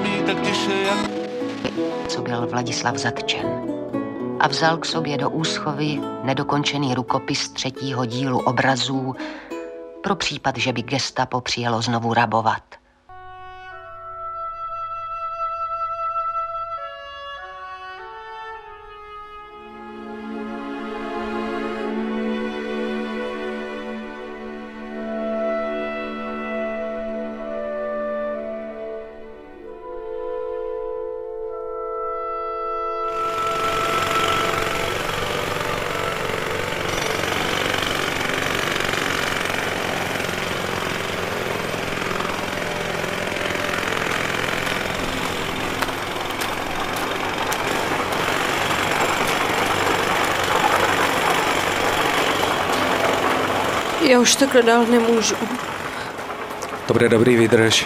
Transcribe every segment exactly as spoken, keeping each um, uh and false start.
být tak tiše jak... Co byl Vladislav zatčen a vzal k sobě do úschovy nedokončený rukopis třetího dílu obrazů pro případ, že by gestapo přijelo znovu rabovat. Já už takhle dál nemůžu. Dobré, dobrý, vydrž.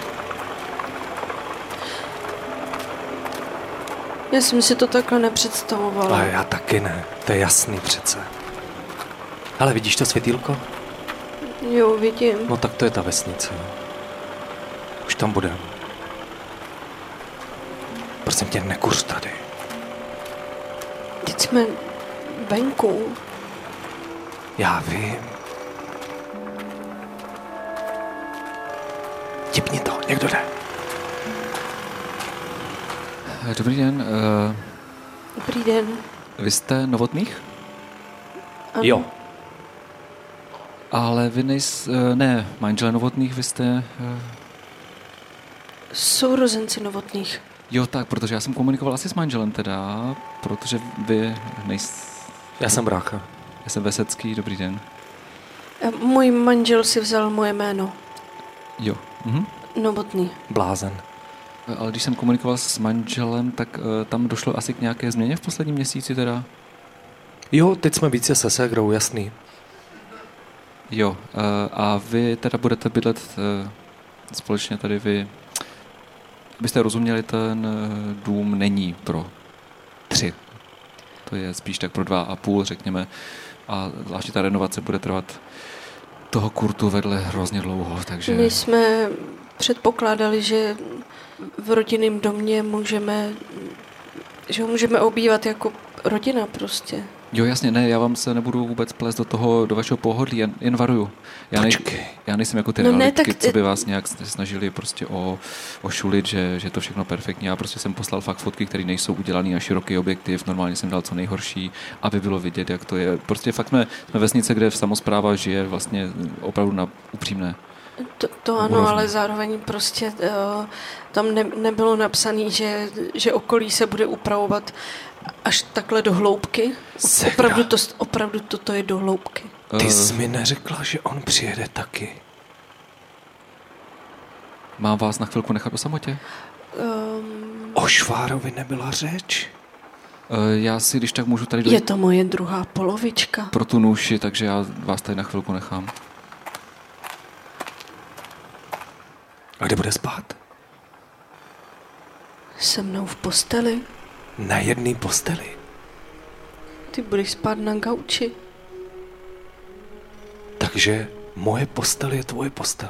Já jsem si to takhle nepředstavovala. A já taky ne, to je jasný přece. Ale vidíš to světýlko? Jo, vidím. No tak to je ta vesnice. Už tam budeme. Prosím tě, nekuř tady. Teď jsme venku. Já vím. Tipni to, někdo jde. Dobrý den. Uh, Dobrý den. Vy jste Novotných? Ano. Jo. Ale vy nejste... Uh, ne, manželé Novotných, vy jste... Uh... Sourozenci Novotných. Jo, tak, protože já jsem komunikoval asi s manželem teda, protože vy nejste... Já jsem brácha. Já jsem Vesecký, dobrý den. A můj manžel si vzal moje jméno. Jo. Mhm. Novotný. Blázen. Ale když jsem komunikoval s manželem, tak uh, tam došlo asi k nějaké změně v posledním měsíci teda? Jo, teď jsme více se ségrou, jasný. Jo, uh, a vy teda budete bydlet uh, společně tady vy... Abyste rozuměli, ten uh, dům není pro tři. To je spíš tak pro dva a půl, řekněme. A zvláště ta renovace bude trvat toho kurtu vedle hrozně dlouho, takže... My jsme předpokládali, že v rodinném domě můžeme, že ho můžeme obývat jako rodina prostě. Jo, jasně, ne, já vám se nebudu vůbec plést do toho, do vašeho pohodlí, jen, jen varuju. Já, nej, já nejsem jako ty no realitky, ne, co by vás nějak snažili prostě o, ošulit, že, že je to všechno perfektní. Já prostě jsem poslal fakt fotky, které nejsou udělané na široký objektiv, normálně jsem dal co nejhorší, aby bylo vidět, jak to je. Prostě fakt jsme, jsme vesnice, kde samospráva žije vlastně opravdu na upřímné. To, to ano, úrovni. ale zároveň prostě uh, tam ne, nebylo napsané, že, že okolí se bude upravovat až takhle do hloubky. Segra. Opravdu, to, opravdu toto je do hloubky. Ty jsi mi neřekla, že on přijede taky. Mám vás na chvilku nechat o samotě? Um, O Švárovi nebyla řeč. Já si, když tak můžu tady... Je to moje druhá polovička. Pro tu nůši, takže já vás tady na chvilku nechám. A kde bude spát? Se mnou v posteli. Na jedné posteli. Ty budeš spát na gauči. Takže moje postel je tvoje postel.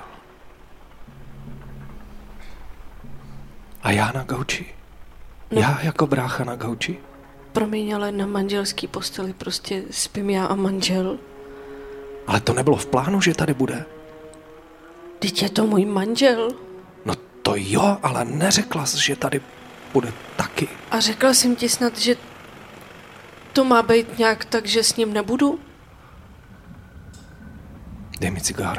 A já na gauči? No. Já jako brácha na gauči? Promiň, ale na manželský posteli prostě spím já a manžel. Ale to nebylo v plánu, že tady bude. Teď je to můj manžel. No to jo, ale neřekla jsi, že tady bude taky. A řekla jsem ti snad, že to má být nějak tak, že s ním nebudu? Dej mi cigáru.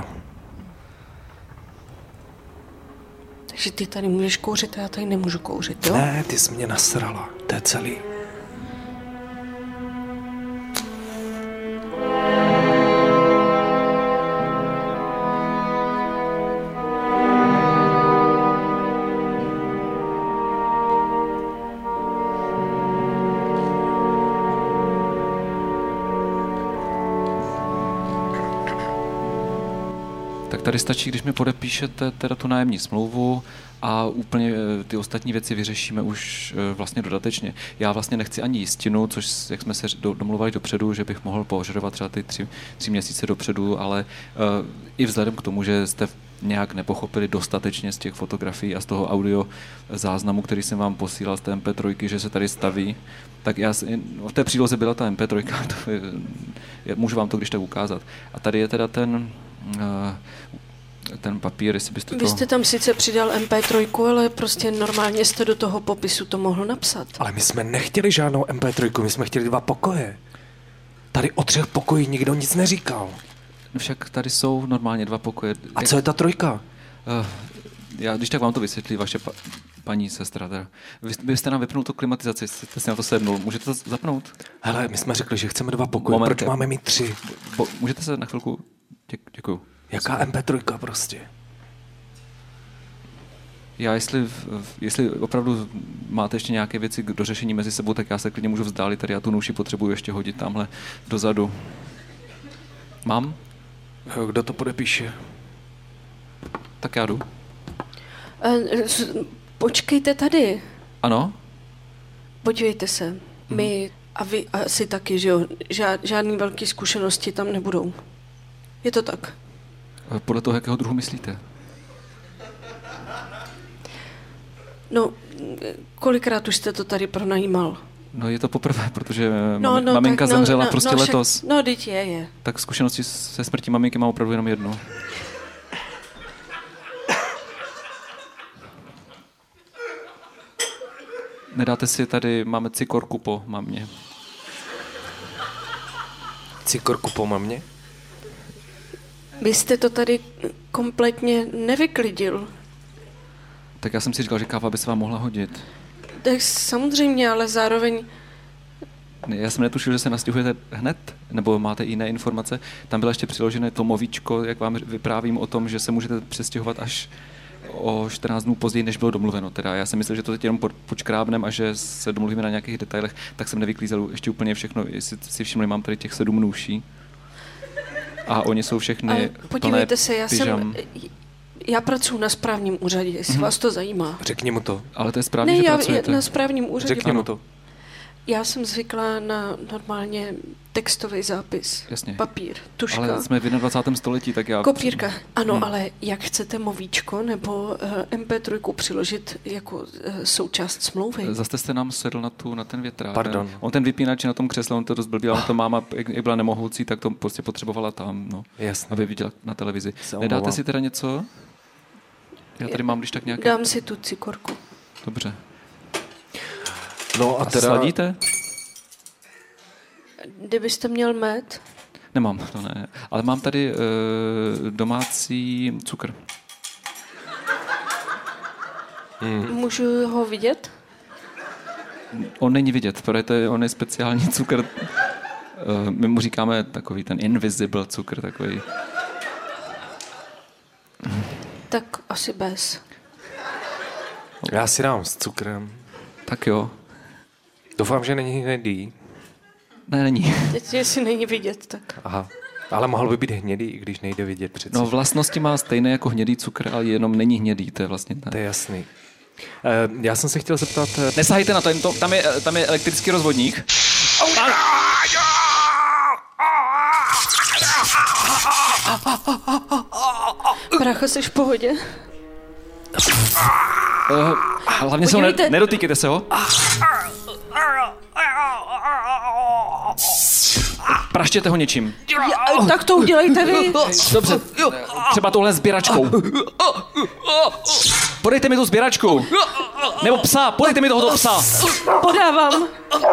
Takže ty tady můžeš kouřit a já tady nemůžu kouřit, jo? Ne, ty jsi mě nasrala. To je celý. Tady stačí, když mi podepíšete teda tu nájemní smlouvu a úplně ty ostatní věci vyřešíme už vlastně dodatečně. Já vlastně nechci ani jistinu, což jak jsme se domluvali dopředu, že bych mohl požadovat třeba ty tři, tři měsíce dopředu, ale uh, i vzhledem k tomu, že jste nějak nepochopili dostatečně z těch fotografií a z toho audio záznamu, který jsem vám posílal z té em pé tři, že se tady staví, tak já, v té příloze byla ta em pé tři, to je, můžu vám to když tak ukázat. A tady je teda ten, ten papír, jestli byste to... Vy jste tam sice přidal em pé tři, ale prostě normálně jste do toho popisu to mohl napsat. Ale my jsme nechtěli žádnou em pé tři, my jsme chtěli dva pokoje. Tady o třech pokojích nikdo nic neříkal. Však tady jsou normálně dva pokoje. A co je ta trojka? Uh, já, když tak vám to vysvětlí vaše pa, paní sestra. Teda. Vy, vy byste nám vypnul tu klimatizaci, jste si na to sednul. Můžete to zapnout? Hele, my jsme řekli, že chceme dva pokoje. Moment, Proč máme mít tři? Bo, můžete se na chvilku... Dě, děkuju. Jaká em pé tři prostě? Já jestli, jestli opravdu máte ještě nějaké věci k dořešení mezi sebou, tak já se klidně můžu vzdálit. Tady já tu nůši potřebuji ještě hodit tamhle dozadu. Mám? Kdo to podepíše? Tak já jdu. Počkejte tady. Ano? Podívejte se. My a vy asi taky, že jo? Žád, žádný velký zkušenosti tam nebudou. Je to tak? Podle toho, jakého druhu myslíte? No, kolikrát už jste to tady pronajímal? No je to poprvé, protože no, mami, no, maminka tak, zemřela no, prostě no, letos. Však, no, teď je, je. Tak zkušenosti se smrtí maminky mám opravdu jenom jednu. Nedáte si tady, máme cikorku po mamě. Cikorku po mamě? Vy jste to tady kompletně nevyklidil. Tak já jsem si říkal, že káva by se vám mohla hodit. Tak samozřejmě, ale zároveň... Já jsem netušil, že se nastěhujete hned, nebo máte jiné informace. Tam bylo ještě přiložené to movíčko, jak vám vyprávím o tom, že se můžete přestěhovat až o čtrnáct dnů později, než bylo domluveno. Teda já jsem myslel, že to teď jenom počkrábnem a že se domluvíme na nějakých detailech, tak jsem nevyklízel ještě úplně všechno. Jestli si všimli, mám tady těch sedm nůší. A oni jsou všechny ale podívejte plné se, já pyžam. jsem... Já pracuji na správním úřadě, jestli mm-hmm. vás to zajímá. Řekni mu to. Ale to je správně, ne, že já, pracujete. Na správním úřadě. Řekni mu to. Já jsem zvyklá na normálně textový zápis. Jasně. Papír, tuška. Ale jsme v jednadvacátém století, tak já... Kopírka. Ano, hmm. ale jak chcete movíčko nebo uh, em pé tři přiložit jako uh, součást smlouvy? Zase jste nám sedl na, tu, na ten větrák. Pardon. On ten vypínač na tom křesle, on to dost blbý, ale to máma, jak, jak byla nemohoucí, tak to prostě potřebovala tam, no, Jasně. aby viděla na televizi. Se Nedáte omlouvám. si teda něco? Já tady mám když tak nějaké... Dám si tu cikorku. Dobře. No a A teda... sladíte? Kdybyste měl med? Nemám, to ne. Ale mám tady uh, domácí cukr. Hmm. Můžu ho vidět? On není vidět, protože on je speciální cukr. Uh, my mu říkáme takový ten invisible cukr, takový. Tak asi bez. Já si dám s cukrem. Tak jo. Doufám, že není hnědý. Ne, není. Teď jestli není vidět, tak... Aha. Ale mohl by být hnědý, i když nejde vidět přece. No vlastnosti má stejné jako hnědý cukr, ale jenom není hnědý, to je vlastně To ne. je jasný. Uh, já jsem se chtěl zeptat... Uh... Nesahejte na to, to, tam je, tam je elektrický rozvodník. Brácho, jsi v pohodě? Uh, hlavně se ho ne, Podívejte. nedotýkejte se ho. Praštěte ho něčím. Já, tak to udělejte vy. Dobře, třeba touhle sběračkou. Podejte mi tu sběračku. Nebo psa, podejte mi tohoto psa. Podávám.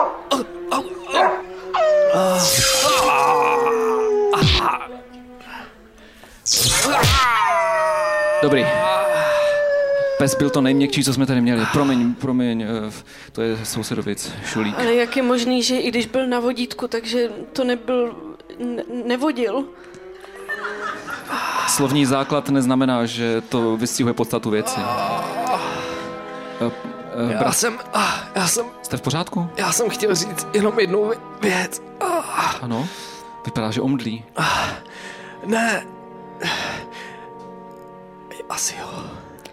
Dobrý. Pes byl to nejměkčí, co jsme tady měli. Promiň, promiň, eh, to je sousedovic, šulík. Ale jak je možný, že i když byl na vodítku, takže to nebyl... Ne- nevodil? Slovní základ neznamená, že to vystihuje podstatu věci. Eh, eh, Já brat, jsem... ah, Já jsem... jste v pořádku? Já jsem chtěl říct jenom jednu věc. Ah, Ano. Vypadá, že omdlí. Ne. Asi jo.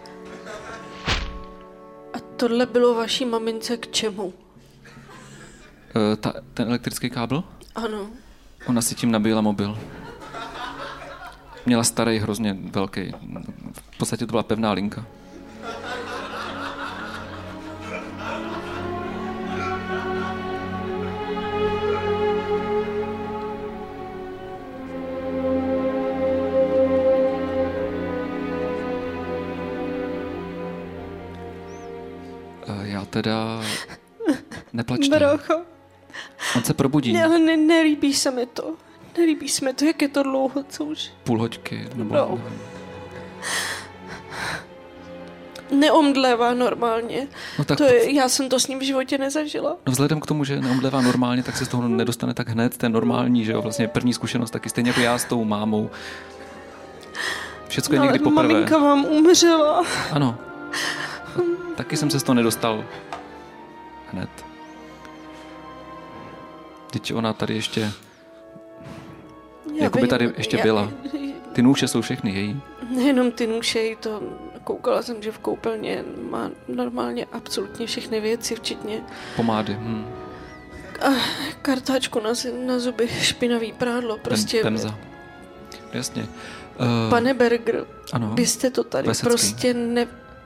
A tohle bylo vaší mamince k čemu? Eh, ta, ten elektrický kábel? Ano. Ona si tím nabíjela mobil. Měla starý, hrozně velký. V podstatě to byla pevná linka. Já teda... Neplačte. Brácho. On se probudí. Ne, ale ne, nelíbí se mi to. Nelíbí se mi to, jak je to dlouho, co už. Půl hoďky, nebo... No. Neomdlévá normálně. No tak to je, já jsem to s ním v životě nezažila. No vzhledem k tomu, že neomdlévá normálně, tak se z toho nedostane tak hned. Ten normální, že jo, vlastně první zkušenost, taky stejně jako já s tou mámou. Všecko je no, někdy poprvé. Maminka vám umřela. Ano. Taky jsem se z toho nedostal hned. Teď ona tady ještě... Jakoby tady ještě já, byla. Ty nůše jsou všechny její. Nejenom ty nůše, to koukala jsem, že v koupelně má normálně absolutně všechny věci, včetně pomády. Hm. A kartáčku na, na zuby, špinavý prádlo, prostě... Pemza. Jasně. Uh, Pane Berger, ano, byste to tady Vesecký. Prostě ne...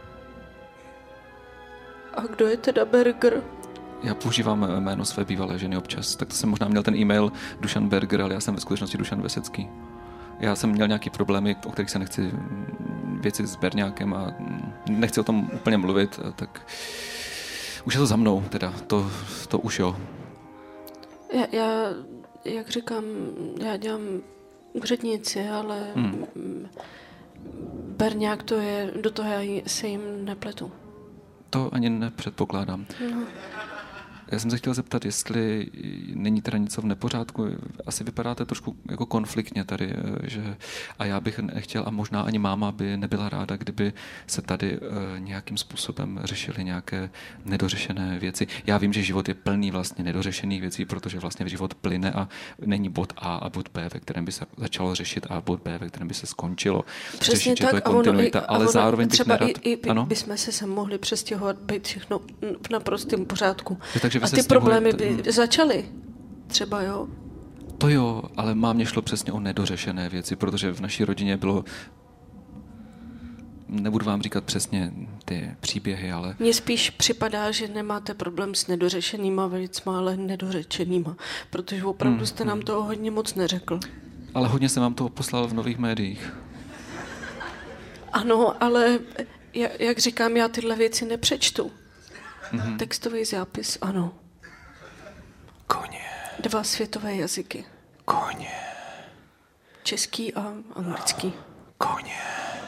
A kdo je teda Berger? Já používám jméno své bývalé ženy občas, tak to jsem možná měl ten e-mail Dušan Berger, ale já jsem ve skutečnosti Dušan Vesecký. Já jsem měl nějaké problémy, o kterých se nechci, věci s berňákem a nechci o tom úplně mluvit, tak už je to za mnou, teda, to, to už jo. Já, já, jak říkám, já dělám úřednici, ale hmm. berňák to je, do toho já se jim nepletu. To ani nepředpokládám. No. Já jsem se chtěl zeptat, jestli není teda něco v nepořádku. Asi vypadáte trošku jako konfliktně tady, že a já bych nechtěl, a možná ani máma by nebyla ráda, kdyby se tady nějakým způsobem řešily nějaké nedořešené věci. Já vím, že život je plný vlastně nedořešených věcí, protože vlastně život plyne a není bod A a bod B, ve kterém by se začalo řešit, a bod B, ve kterém by se skončilo. Přesně řešit, tak, že to je kontinuita, ono, ale ono, zároveň bych nerad... I, i ano? bychom se sem mohli přestěhovat, být všechno v naprostém pořádku. Takže a ty problémy by začaly. Třeba, jo? To jo, ale mámě šlo přesně o nedořešené věci, protože v naší rodině bylo... Nebudu vám říkat přesně ty příběhy, ale... Mně spíš připadá, že nemáte problém s nedořešenýma věcma, ale nedořečenýma, protože opravdu hmm, jste nám toho hodně moc neřekl. Ale hodně jsem vám toho poslal v nových médiích. Ano, ale jak říkám, já tyhle věci nepřečtu. Mm-hmm. Textový zápis, ano. Koně. Dva světové jazyky. Koně. Český a anglický. Koně.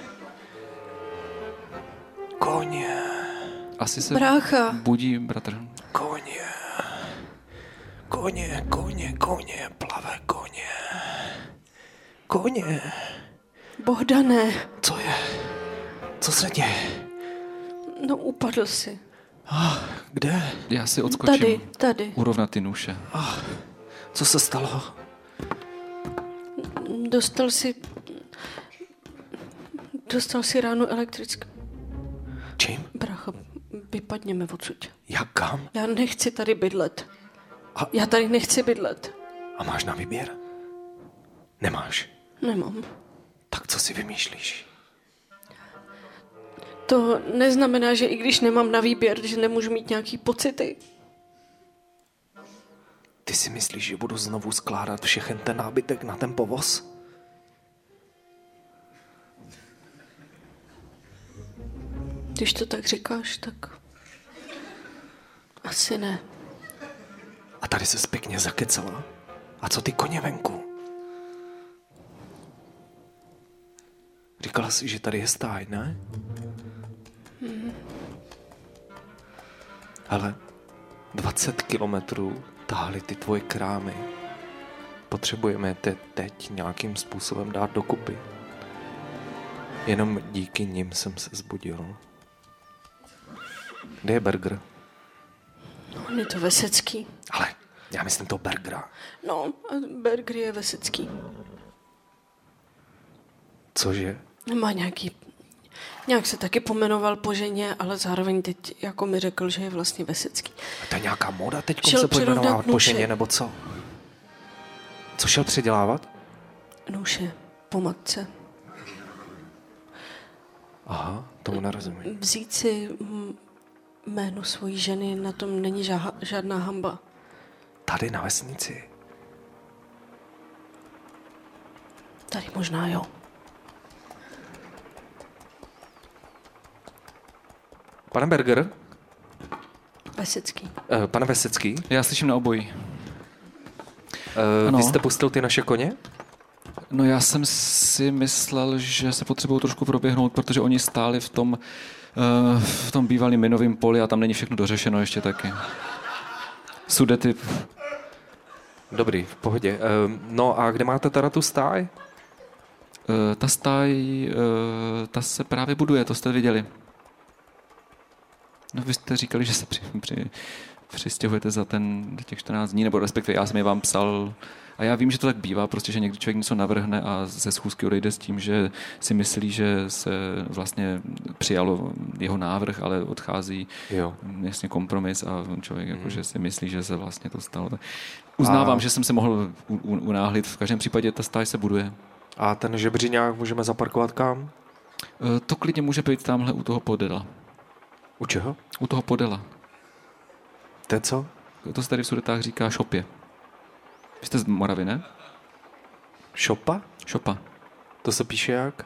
Koně. Asi se Brácha. budí bratr. Koně. Koně, koně, koně, plavé koně. Koně. Bohdane. Co je? Co se děje? No, upadl si. Ah, kde? Já si odskočím. Tady, tady. Urovnat ty nůše. Ah, co se stalo? Dostal si... Dostal si ránu elektricky. Čím? Brácha, vypadněme odsud. Jak kam? Já nechci tady bydlet. A... Já tady nechci bydlet. A máš na výběr? Nemáš? Nemám. Tak co si vymýšlíš? To neznamená, že i když nemám na výběr, že nemůžu mít nějaký pocity. Ty si myslíš, že budu znovu skládat všechen ten nábytek na ten povoz? Když to tak říkáš, tak asi ne. A tady se pěkně zakecala. A co ty koně venku? Říkala jsi, že tady je stáj, ne? Hmm. Ale dvacet kilometrů táhly ty tvoje krámy. Potřebujeme je teď nějakým způsobem dát dokupy. Jenom díky nim jsem se zbudil. Kde je Berger? On je to Vesecký. Ale já myslím to Bergera. No, Berger je Vesecký. Cože? Má nějaký... Nějak se taky pomenoval po ženě, ale zároveň teď jako mi řekl, že je vlastně Vesecký. A to je nějaká moda teď Šel se pojmenovávat po nůše. ženě, nebo co? Co šel předělávat? Nůše. po matce. Aha, tomu nerozumím. Vzít si mm, jméno svojí ženy, na tom není ža- žádná hanba. Tady na vesnici. Tady možná jo. Pane Berger? Vesecký. Eh, pane Vesecký? Já slyším na obojí. Eh, Ano. vy jste pustil ty naše koně? No já jsem si myslel, že se potřebují trošku proběhnout, protože oni stáli v tom, uh, v tom bývalém minovém poli a tam není všechno dořešeno ještě taky. Sudety. Dobrý, v pohodě. Eh, no a kde máte teda tu stáj? Uh, ta stáj, uh, ta se právě buduje, to jste viděli. No vy jste říkali, že se při, při, přistěhujete za ten, těch čtrnáct dní, nebo respektive já jsem je vám psal. A já vím, že to tak bývá, prostě, že někdy člověk něco navrhne a ze schůzky odejde s tím, že si myslí, že se vlastně přijalo jeho návrh, ale odchází Jo. jasně kompromis a člověk Mhm. jako, že si myslí, že se vlastně to stalo. Uznávám, A- že jsem se mohl u- u- unáhlit. V každém případě ta stáj se buduje. A ten žebříňák můžeme zaparkovat kam? E, To klidně může být tamhle u toho podela. U čeho? U toho podela. To je co? To se tady v Sudetách říká šopě. Vy jste z Moravy, ne? Šopa? Šopa. To se píše jak?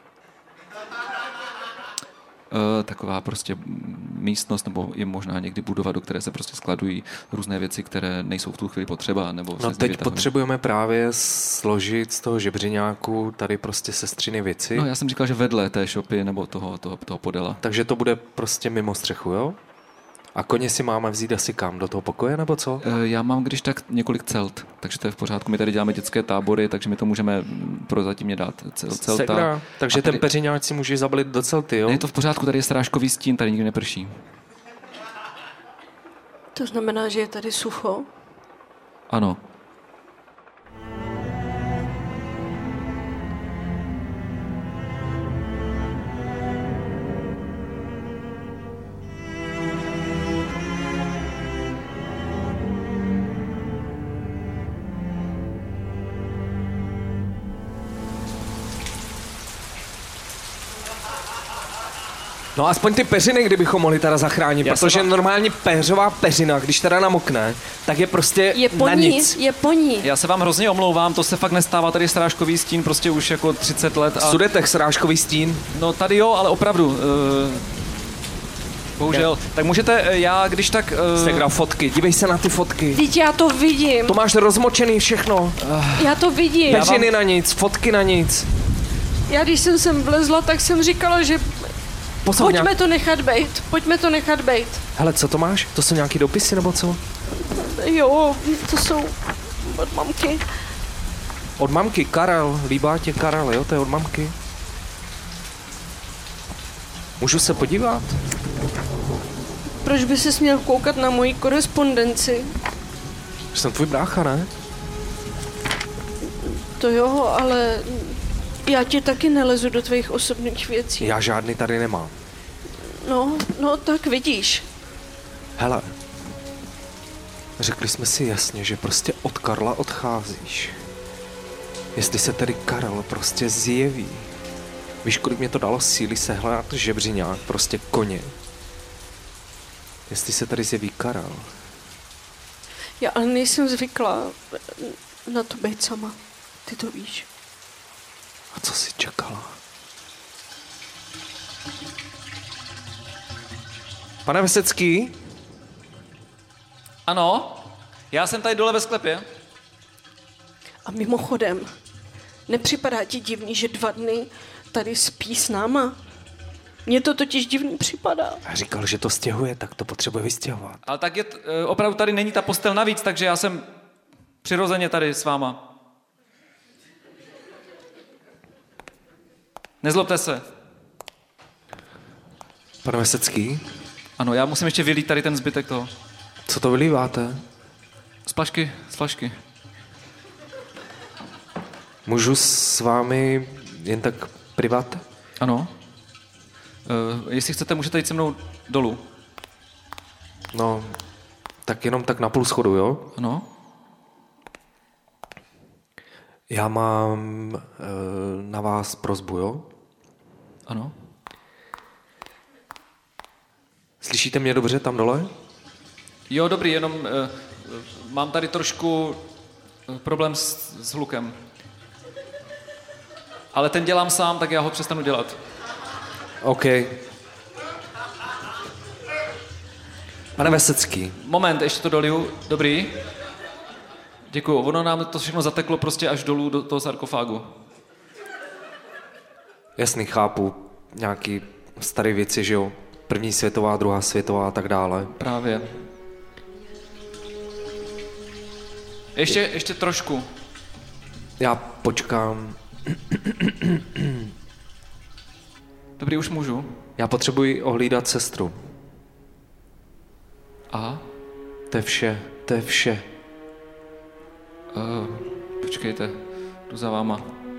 E, taková prostě místnost, nebo je možná někdy budova, do které se prostě skladují různé věci, které nejsou v tu chvíli potřeba, nebo se No z nich teď vytahují. potřebujeme právě složit z toho žebříňáku tady prostě sestřiny věci. No já jsem říkal, že vedle té šopy nebo toho, toho, toho podela. Takže to bude prostě mimo střechu, jo? A koně si máme vzít asi kam? Do toho pokoje nebo co? E, Já mám když tak několik celt, takže to je v pořádku. My tady děláme dětské tábory, takže my to můžeme mm, prozatímně dát cel, celta. Sekra. Takže A tady- ten peřiňák si můžeš zabalit do celty, jo? Je to v pořádku, tady je srážkový stín, tady nikdy neprší. To znamená, že je tady sucho. Ano. No aspoň ty peřiny, kdybychom mohli teda zachránit, Já protože jsem vám- normálně peřová peřina, když teda namokne, tak je prostě Je po na ní, nic. je po ní. Já se vám hrozně omlouvám, to se fakt nestává, tady je srážkový stín prostě už jako třicet let. V A... Sudetech srážkový stín. No tady jo, ale opravdu. Uh... Bohužel. Tak můžete, eh, já když tak... Uh... Sekra, fotky, dívej se na ty fotky. Teď já to vidím. To máš rozmočený všechno. Já to vidím. Já vám- Peřiny na nic, fotky na nic. Já když jsem sem vlezla, tak jsem říkala, že Poslouch pojďme nějak... to nechat bejt. Pojďme to nechat bejt. Hele, co to máš? To jsou nějaký dopisy nebo co? Jo, to jsou od mamky. Od mamky, Karel, líbá tě Karel, jo, to je od mamky. Můžu se podívat? Proč by se směl koukat na moji korespondenci? Jsem tvůj brácha, ne? To jo, ale já ti taky nelezu do tvých osobních věcí. Já žádný tady nemám. No, no tak vidíš. Hele, řekli jsme si jasně, že prostě od Karla odcházíš. Jestli se tedy Karel prostě zjeví. Víš, kolik mě to dalo síly sehledat žebřiňák, prostě koně. Jestli se tady zjeví Karel. Já ale nejsem zvyklá na to být sama. Ty to víš. A co jsi čekala? Pane Vesecký? Ano, já jsem tady dole ve sklepě. A mimochodem, nepřipadá ti divný, že dva dny tady spí s náma? Mně to totiž divný připadá. A říkal, že to stěhuje, tak to potřebuje vystěhovat. Ale tak je, t- eh, opravdu tady není ta postel navíc, takže já jsem přirozeně tady s váma. Nezlobte se. Pane Vesecký, Ano, já musím ještě vylít tady ten zbytek toho. co to vylíváte? Z flašky, z flašky. Můžu s vámi jen tak privat? Ano. Uh, jestli chcete, můžete jít se mnou dolů. No, tak jenom tak na půl schodu, jo? Ano. Já mám uh, na vás prosbu, jo? Ano. Slyšíte mě dobře tam dole? Jo, dobrý, jenom uh, mám tady trošku uh, problém s, s hlukem. Ale ten dělám sám, tak já ho přestanu dělat. OK. Pane Vesecký. Moment, ještě to doliju. Dobrý. Děkuju. Ono nám to všechno zateklo prostě až dolů do toho sarkofágu. Jasný, chápu. Nějaký staré věci, že jo? První světová, druhá světová a tak dále. Právě. Ještě, ještě trošku. Já počkám. Dobrý, už můžu. Já potřebuji ohlídat sestru. Aha. To je vše, to je vše. Uh, počkejte, jdu za váma.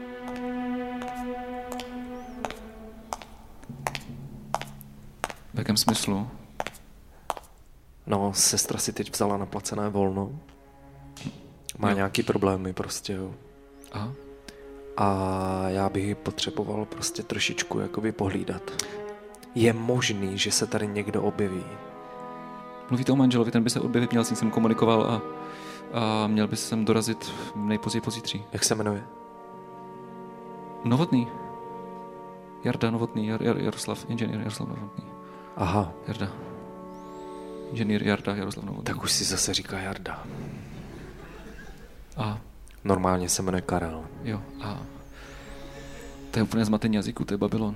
V jakém smyslu? No, sestra si teď vzala na placené volno. Má Jo. nějaký problémy prostě, jo. Aha. A já bych ji potřeboval prostě trošičku jakoby pohlídat. Je možný, že se tady někdo objeví. Mluvíte o manželovi, ten by se objevit měl, s ním jsem komunikoval a, a měl by se sem dorazit nejpozději pozítří. Jak se jmenuje? Novotný. Jarda Novotný, Jar, Jar, Jaroslav, inženýr Jaroslav Novotný. Aha, Jarda. Inženýr Jarda Jaroslav Novotný. tak už si zase říká Jarda. A Normálně se jmenuje Karel. jo, a to je úplně zmatení jazyku, to je Babylon.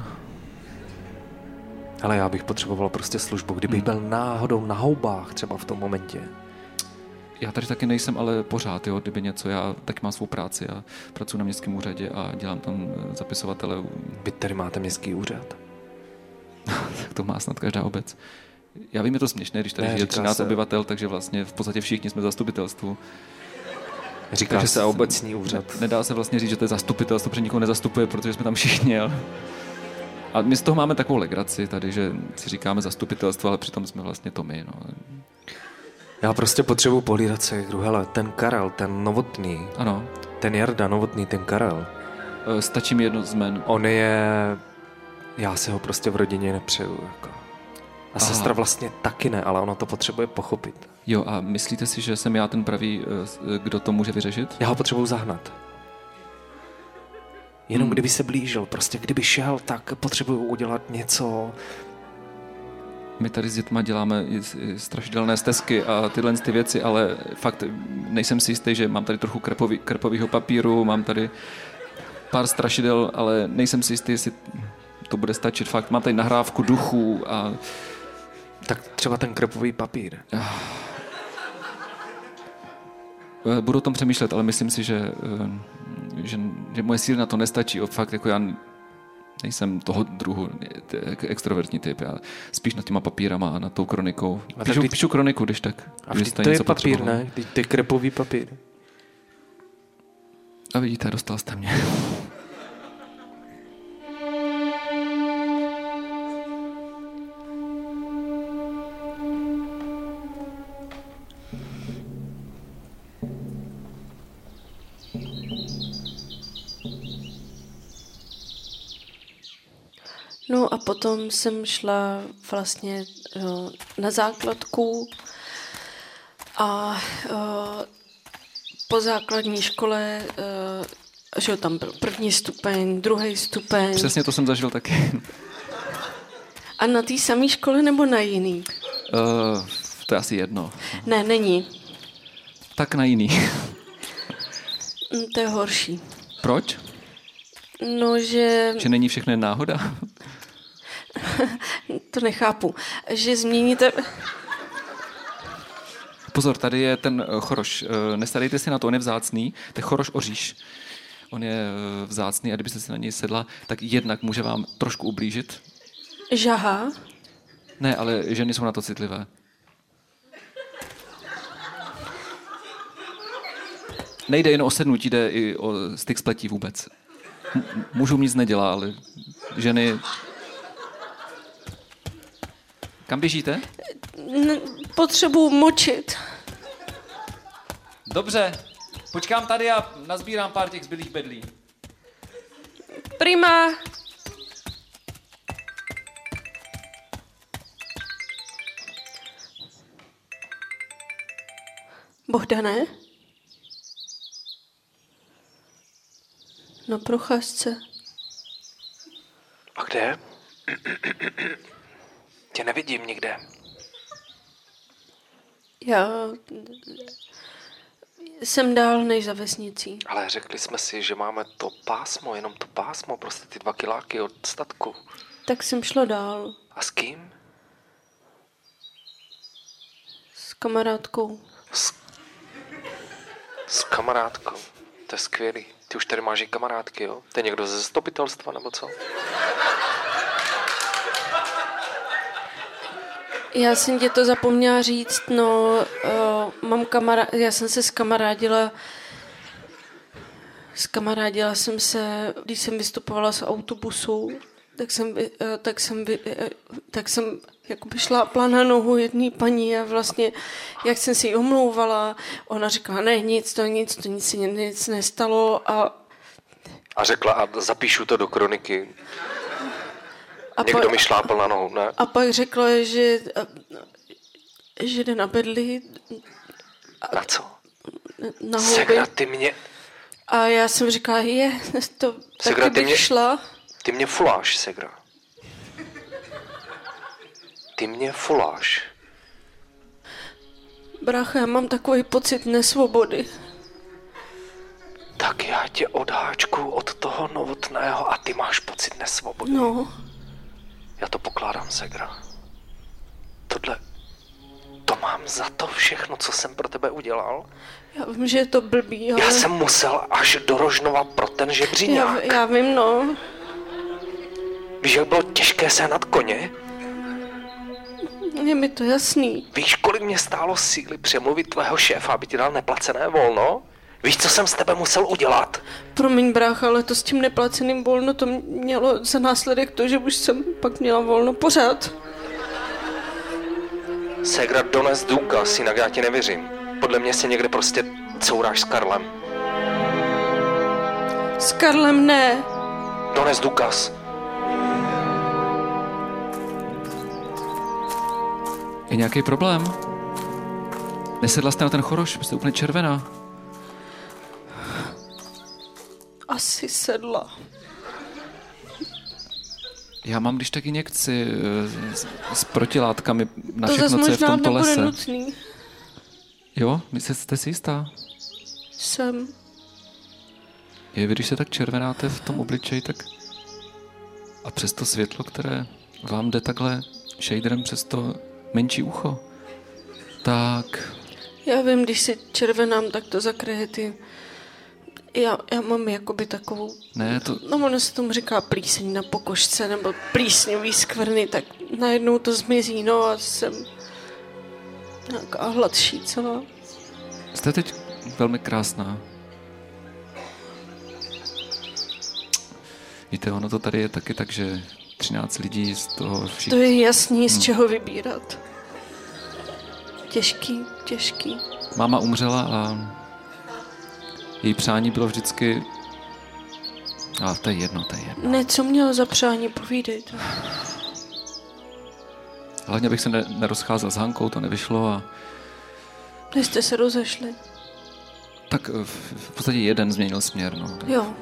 Ale já bych potřeboval prostě službu, kdybych byl náhodou na houbách třeba v tom momentě. Já tady taky nejsem, ale pořád, jo, kdyby něco, já taky mám svou práci a pracuji na městském úřadě a dělám tam zapisovatele. Vy tady máte městský úřad. Tak to má snad každá obec. Já vím, je to směšné, když tady Ne, žije říká třináct se- obyvatel, takže vlastně v podstatě všichni jsme v zastupitelstvu. Říká Takže se s- obecní úřad. Nedá se vlastně říct, že to je zastupitelstvo, protože nikoho nezastupuje, protože jsme tam všichni. Ale... A my z toho máme takovou legraci tady, že si říkáme zastupitelstvo, ale přitom jsme vlastně to my. No. Já prostě potřebuji pohlídat se hru. Hele, ten Karel, ten Novotný, Ano, ten Jarda Novotný, ten Karel, e, stačí mi jedno z jmen. on je... Já si ho prostě v rodině nepřeju. Jako. A Aha. sestra vlastně taky ne, ale ona to potřebuje pochopit. Jo, a myslíte si, že jsem já ten pravý, e, kdo to může vyřešit? Já ho potřebuji zahnat. Jenom Hmm. kdyby se blížil, prostě kdyby šel, tak potřebuji udělat něco. My tady s dětma děláme i- i strašidelné stezky a tyhle ty věci, ale fakt nejsem si jistý, že mám tady trochu krepový, krepovýho papíru, mám tady pár strašidel, ale nejsem si jistý, jestli to bude stačit. Fakt, mám tady nahrávku duchů a Tak třeba ten krepový papír. e, budu o tom přemýšlet, ale myslím si, že, e, že, že moje síly na to nestačí. Fakt, jako já nejsem toho druhu t- extrovertní typ. Já spíš nad těma papírama a nad tou kronikou. A tak Píšu, ty- píšu kroniku, když tak. A když vždyť jste to je něco papír, potřeboval. ne? Vždyť to je krepový papír. A vidíte, dostal jste mě. No a potom jsem šla vlastně jo, na základku a jo, po základní škole, jo, že jo, tam byl první stupeň, druhý stupeň. Přesně to jsem zažil taky. A na té samé škole nebo na jiný? Uh, to je asi jedno. Ne, není. Tak na jiný. Mm, To je horší. Proč? No, že Že není všechno jen náhoda? to nechápu. Že změníte... Pozor, tady je ten eh, choroš. Eh, Nestarejte si na to, on je vzácný. To je choroš oříš. On je eh, vzácný a kdybyste si na něj sedla, tak jednak může vám trošku ublížit. Žaha? Ne, ale ženy jsou na to citlivé. Nejde jen o sednutí, jde i o styk s pletí vůbec. M- Mužům nic nedělá, ale ženy... Kam běžíte? N- potřebuji močit. Dobře. Počkám tady a nazbírám pár těch zbylých bedlí. Prima. Bohdane? Na procházce. A kde? Tě nevidím nikde. Já jsem dál než za vesnicí. Ale řekli jsme si, že máme to pásmo, jenom to pásmo, prostě ty dva kiláky od statku. Tak jsem šla dál. A s kým? S kamarádkou. S, s kamarádkou. To je skvělý. Ty už tady máš i kamarádky, jo? To je někdo ze zastupitelstva, nebo co? Já jsem tě to zapomněla říct, no, uh, mám kamarád, já jsem se skamarádila, skamarádila jsem se, když jsem vystupovala z autobusu, tak jsem, uh, tak jsem, uh, tak jsem jakoby šlápla na nohu jedné paní a vlastně, jak jsem si ji omlouvala, ona říkala, ne, nic, to nic, to nic se nic nestalo a... A řekla, a zapíšu to do kroniky. A Někdo pak, mi šlápl na nohu, ne? A pak řekla, že, že jde na bedli. Na co? Na houby. Segra, ty mě... A já jsem říkala, je, to Segra, taky ty bych mě, šla. Ty mě fuláš, Segra. Ty mě fuláš. Brácha, já mám takový pocit nesvobody. Tak já tě odháčku od toho Novotného a ty máš pocit nesvobody. No. Já to pokládám, Segra. Tohle... To mám za to všechno, co jsem pro tebe udělal. Já vím, že je to blbý, ale... Já jsem musel až do Rožnova pro ten žebříňák. Já, já vím, no. Víš, jak bylo těžké sehnat koně? Je mi to jasný. Víš, kolik mě stálo síly přemluvit tvého šéfa, aby ti dal neplacené volno? Víš, co jsem s tebe musel udělat? Promiň, brácha, ale to s tím neplaceným volno, to mělo za následek to, že už jsem pak měla volno pořád. Segra, dones důkaz, jinak já ti nevěřím. Podle mě se někde prostě couráš s Karlem. S Karlem ne. Dones důkaz. Je nějaký problém? Nesedla jste na ten choroš, jste úplně červená. Asi sedla. Já mám když tak injekci s, s protilátkami na to všechno, co je v tomto nebude lese. Nutný. Jo? Myslíte, jste si jistá? Jsem. Je, vy, když se tak červenáte v tom obličeji, tak a přes to světlo, které vám jde takhle shaderem přes to menší ucho, tak... Já vím, když si červenám, tak to zakryje ty... Já, já mám jakoby takovou... Ne, to... No, ono se tomu říká plíseň na pokožce, nebo plísňový skvrny, tak najednou to zmizí, no a jsem nějaká hladší celá. Jste teď velmi krásná. Víte, ono to tady je taky tak, že třináct lidí z toho... Všich... To je jasný, z hmm. čeho vybírat. Těžký, těžký. Máma umřela a její přání bylo vždycky... A to je jedno, to je jedno. Ne, co měl za přání, povídejte. Hlavně bych se ne- nerozcházel s Hankou, to nevyšlo a... Vy jste se rozešli. Tak v, v podstatě jeden změnil směr, no. Tak Jo.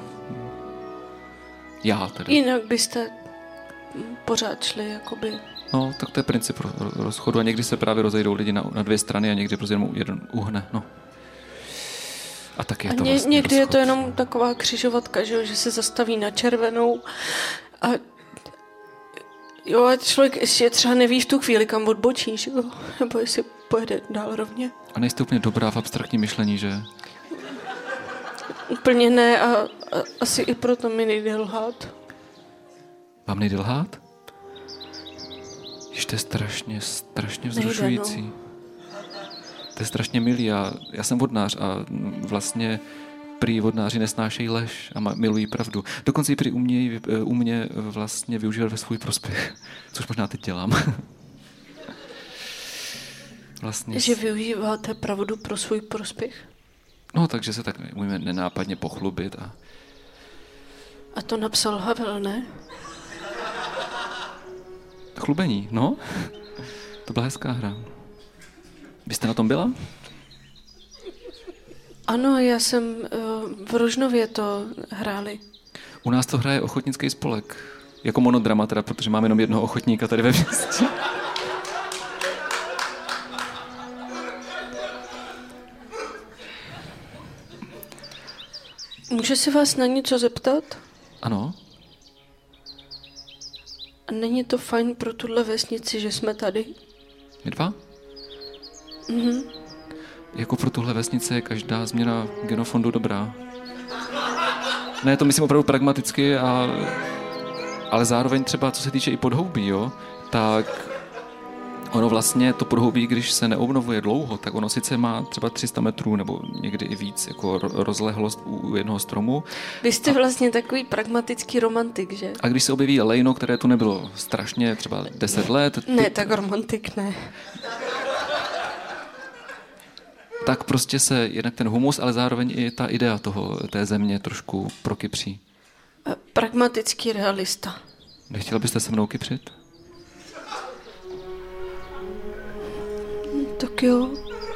já tedy. Jinak byste pořád šli, jakoby... No, tak to je princip ro- ro- rozchodu a někdy se právě rozejdou lidi na, na dvě strany a někdy prostě jenom jeden uhne, no. A tak je A to ně, vlastně někdy rozchod. je to jenom taková křižovatka, že, jo, že se zastaví na červenou a jo, a člověk ještě třeba neví v tu chvíli, kam odbočí, že jo? Nebo jestli pojede dál rovně. A nejste úplně dobrá v abstraktním myšlení, že? Úplně ne a, a asi i proto mi nejde lhát. Vám nejde lhát? Když to je strašně, strašně Nejde, vzrušující. no. To je strašně milý a já jsem vodnář a vlastně prý vodnáři nesnášejí lež a milují pravdu. Dokonce ji prý umějí u mě vlastně využívat ve svůj prospěch, což možná teď dělám. Vlastně. Že využíváte pravdu pro svůj prospěch? No, takže se tak umíme nenápadně pochlubit. A... A to napsal Havel, ne? Chlubení, no. To byla hezká hra. Vy jste na tom byla? Ano, já jsem uh, v Rožnově to hráli. U nás to hraje ochotnický spolek. Jako monodrama teda, protože mám jenom jednoho ochotníka tady ve městě. Můžu se vás na něco zeptat? Ano. A není to fajn pro tuhle vesnici, že jsme tady? My dva? Mhm. Jako pro tuhle vesnici je každá změna genofondu dobrá. Ne, to myslím opravdu pragmaticky, a, ale zároveň třeba, co se týče i podhoubí, jo, tak ono vlastně to podhoubí, když se neobnovuje dlouho, tak ono sice má třeba tři sta metrů nebo někdy i víc jako rozlehlost u jednoho stromu. Vy jste vlastně takový pragmatický romantik, že? A když se objeví lejno, které tu nebylo strašně třeba deset let... Ty... Ne, tak romantik ne. Tak prostě se jednak ten humus, ale zároveň i ta idea toho, té země trošku prokypří. Pragmatický realista. Nechtěla byste se mnou kypřit? Tak jo.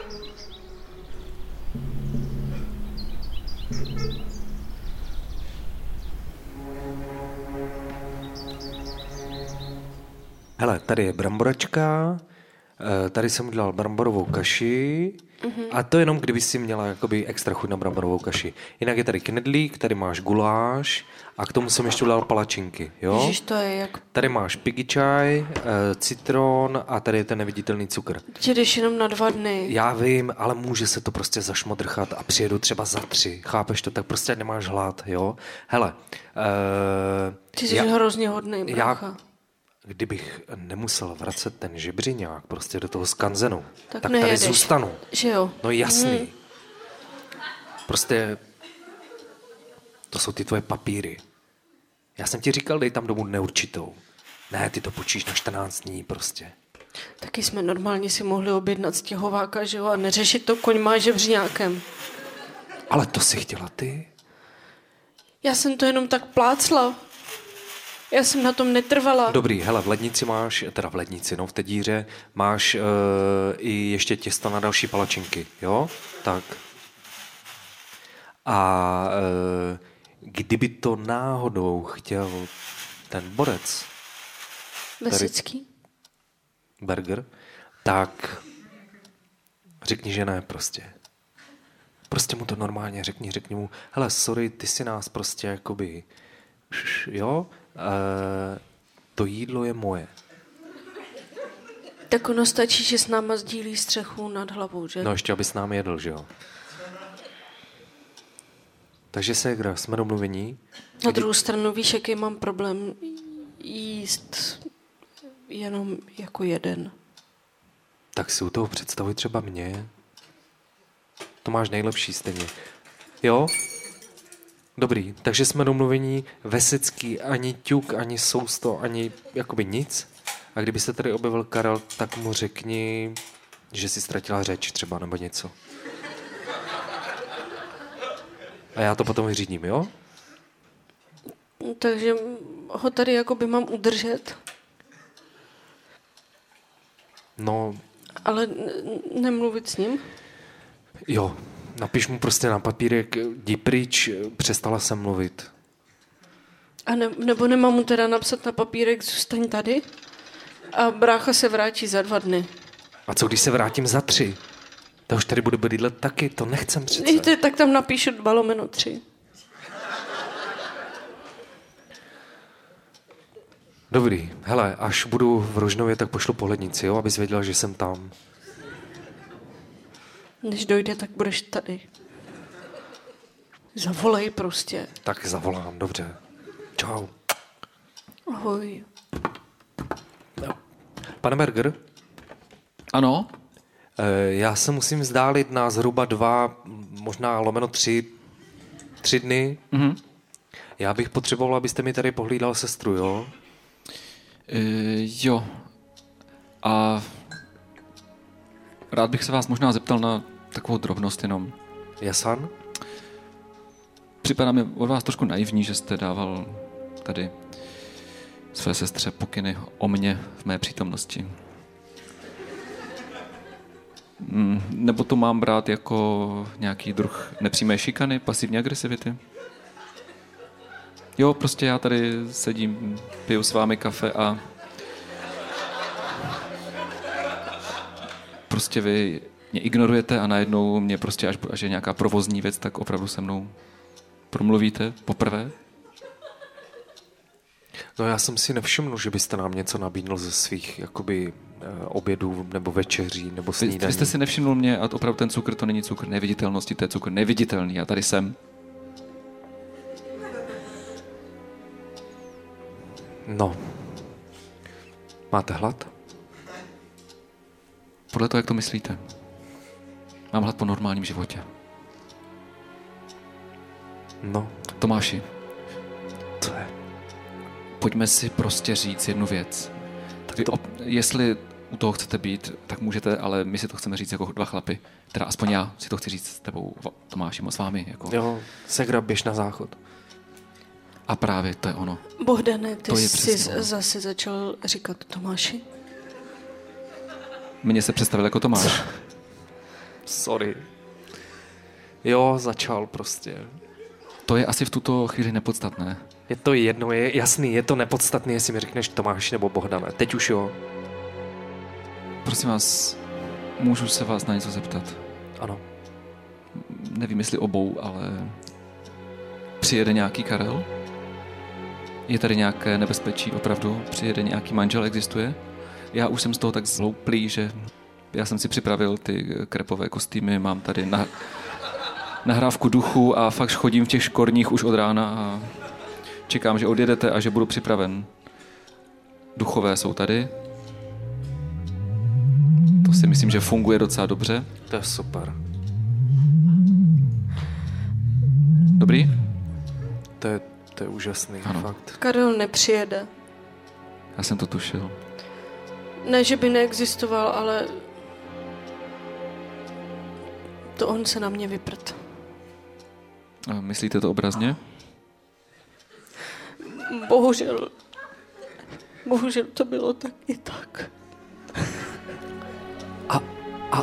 Hele, tady je bramboračka, tady jsem udělal bramborovou kaši, mm-hmm. a to jenom, kdyby si měla jakoby extra chuť na bramborovou kaši. Jinak je tady knedlík, tady máš guláš a k tomu jsem ještě udělal palačinky, jo? Ježiš, to je jak... Tady máš piggy čaj, citron a tady je ten neviditelný cukr. Ty jdeš jenom na dva dny. Já vím, ale může se to prostě zašmodrchat a přijedu třeba za tři, chápeš to? Tak prostě nemáš hlad, jo? Hele. Uh, Ty jsi já, hrozně hodnej, brácha. Já, kdybych nemusel vracet ten žebříňák prostě do toho skanzenu, tak, tak nejedeš. Tady zůstanu. Že jo? No jasný. Hmm. Prostě to jsou ty tvoje papíry. Já jsem ti říkal, dej tam domů neurčitou. Ne, ty to počíš na čtrnáct dní prostě. Taky jsme normálně si mohli objednat stěhováka, že jo, a neřešit to koň má žebříňákem. Ale to si chtěla ty? Já jsem to jenom tak plácla. Já jsem na tom netrvala. Dobrý, hele, v lednici máš, teda v lednici, no v té díře, máš uh, i ještě těsto na další palačinky, jo? Tak. A uh, kdyby to náhodou chtěl ten borec, Vesický? Burger, tak řekni, že ne prostě. Prostě mu to normálně řekni, řekni mu, hele, sorry, ty si nás prostě jakoby, jo, e, to jídlo je moje. Tak ono stačí, že s náma sdílí střechu nad hlavou, že? No ještě, aby s námi jedl, že jo. Takže ségra, jsme domluvení. Na druhou stranu víš, jaký mám problém jíst jenom jako jeden. Tak si u toho představuj třeba mě. To máš nejlepší stejně. Jo? Dobrý, takže jsme domluvení, Vesecký, ani ťuk, ani sousto, ani jakoby nic. A kdyby se tady objevil Karel, tak mu řekni, že si ztratila řeč třeba, nebo něco. A já to potom vyřídím, jo? Takže ho tady jakoby mám udržet. No... Ale nemluvit s ním? Jo, napiš mu prostě na papírek, jdi pryč, přestala jsem mluvit. A ne, nebo nemám mu teda napsat na papírek, zůstaň tady a brácha se vrátí za dva dny. A co když se vrátím za tři? To už tady budu bydlet taky, to nechcem přece. Jde, tak tam napíšu dva lomeno tři. Dobrý, hele, až budu v Rožnově, tak pošlu po lednici, jo, abys věděla, že jsem tam. Než dojde, tak budeš tady. Zavolej prostě. Tak zavolám, dobře. Čau. Ahoj. Pane Berger? Ano? E, já se musím vzdálit na zhruba dva, možná lomeno tři, tři dny. Mhm. Já bych potřeboval, abyste mi tady pohlídal sestru, jo? E, jo. A rád bych se vás možná zeptal na takovou drobnost jenom. Jasan? připadá mi od vás trošku naivní, že jste dával tady své sestře pokyny o mně v mé přítomnosti. Mm, nebo to mám brát jako nějaký druh nepřímé šikany, pasivní agresivity? Jo, prostě já tady sedím, piju s vámi kafe a prostě vy mě ignorujete a najednou mě prostě, až, až je nějaká provozní věc, tak opravdu se mnou promluvíte poprvé? No já jsem si nevšiml, že byste nám něco nabídl ze svých jakoby obědů nebo večeří nebo snídaní. Vy, vy jste si nevšiml mě a opravdu ten cukr to není cukr neviditelnosti, to je cukr neviditelný. Já tady jsem. No. Máte hlad? Podle toho, jak to myslíte. Mám hlad po normálním životě. No. Tomáši. Co je? Pojďme si prostě říct jednu věc. Vy, op, jestli u toho chcete být, tak můžete, ale my si to chceme říct jako dva chlapy. Teda aspoň já si to chci říct s tebou, Tomáši, moc s vámi. Jako. Jo, Segra, běž na záchod. A právě to je ono. Bohdane, ty jsi ono. zase začal říkat Tomáši? Mně se představil jako Tomáš. Sorry. Jo, začal prostě. To je asi v tuto chvíli nepodstatné. Je to jedno, je jasný, je to nepodstatné, jestli mi řekneš Tomáš nebo Bohdane. Teď už jo. Prosím vás, můžu se vás na něco zeptat? Ano. Nevím, jestli obou, ale přijede nějaký Karel? Je tady nějaké nebezpečí opravdu? Přijede nějaký manžel, existuje? Já už jsem z toho tak zlouplý, že já jsem si připravil ty krepové kostýmy, mám tady na, nahrávku duchu a fakt chodím v těch škorních už od rána a čekám, že odjedete a že budu připraven. Duchové jsou tady. To si myslím, že funguje docela dobře. To je super. Dobrý? To je, to je úžasný, ano. Fakt. Karel nepřijede. Já jsem to tušil. Ne, že by neexistoval, ale to on se na mě vyprt. A myslíte to obrazně? Bohužel. Bohužel to bylo tak i tak. A, a,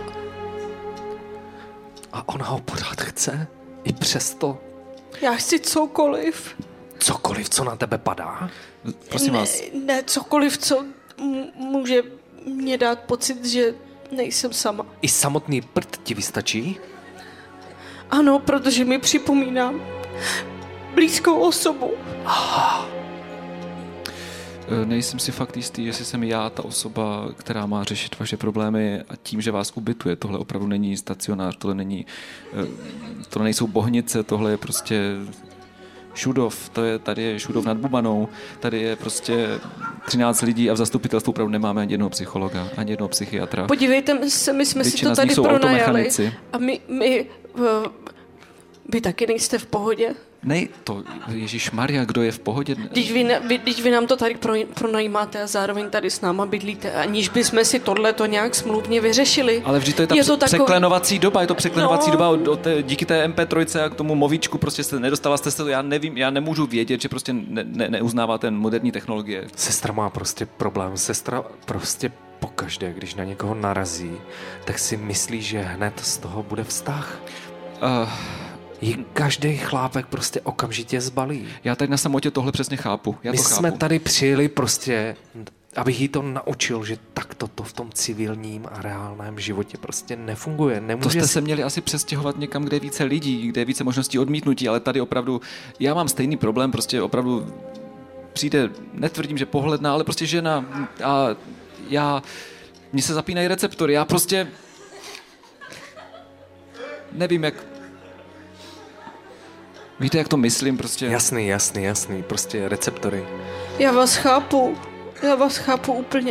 a ona ho pořád chce? I přesto? Já chci cokoliv. Cokoliv, co na tebe padá? Prosím ne, vás. Ne, cokoliv, co m- může mě dát pocit, že nejsem sama. I samotný prd ti vystačí? Ano, protože mi připomínám blízkou osobu. Aha. Nejsem si fakt jistý, jestli jsem já ta osoba, která má řešit vaše problémy a tím, že vás ubytuje. Tohle opravdu není stacionář, tohle není, tohle nejsou Bohnice, tohle je prostě Šudov, to je, tady je Šudov nad Bubanou, tady je prostě třináct lidí a v zastupitelstvu opravdu nemáme ani jednoho psychologa, ani jednoho psychiatra. Podívejte se, my jsme Většina si to tady jsou pronajali a my, my uh, vy taky nejste v pohodě? Nej, to, ježišmarja, kdo je v pohodě? Když vy, vy, když vy nám to tady pro, pronajímáte a zároveň tady s náma bydlíte, aniž bychom si tohleto nějak smluvně vyřešili. Ale vždy to je ta je to to takový... překlenovací doba, je to překlenovací no. doba od, od té, díky té em pé tři a k tomu movíčku prostě jste nedostala jste se to, já nevím, já nemůžu vědět, že prostě ne, ne, neuznává ten moderní technologie. Sestra má prostě problém, sestra prostě pokaždé, když na někoho narazí, tak si myslí, že hned z toho bude vztah. Uh, Jí každý chlápek prostě okamžitě zbalí. Já tady na samotě tohle přesně chápu. Já My to chápu. jsme tady přijeli prostě, abych jí to naučil, že takto to v tom civilním a reálném životě prostě nefunguje. Nemůže To jste si... se měli asi přestěhovat někam, kde je více lidí, kde je více možností odmítnutí, ale tady opravdu, já mám stejný problém, prostě opravdu přijde, netvrdím, že pohledná, ale prostě žena a já, mně se zapínají receptory, já prostě nevím, jak víte, jak to myslím, prostě. Jasný, jasný, jasný, prostě receptory. Já vás chápu, já vás chápu úplně.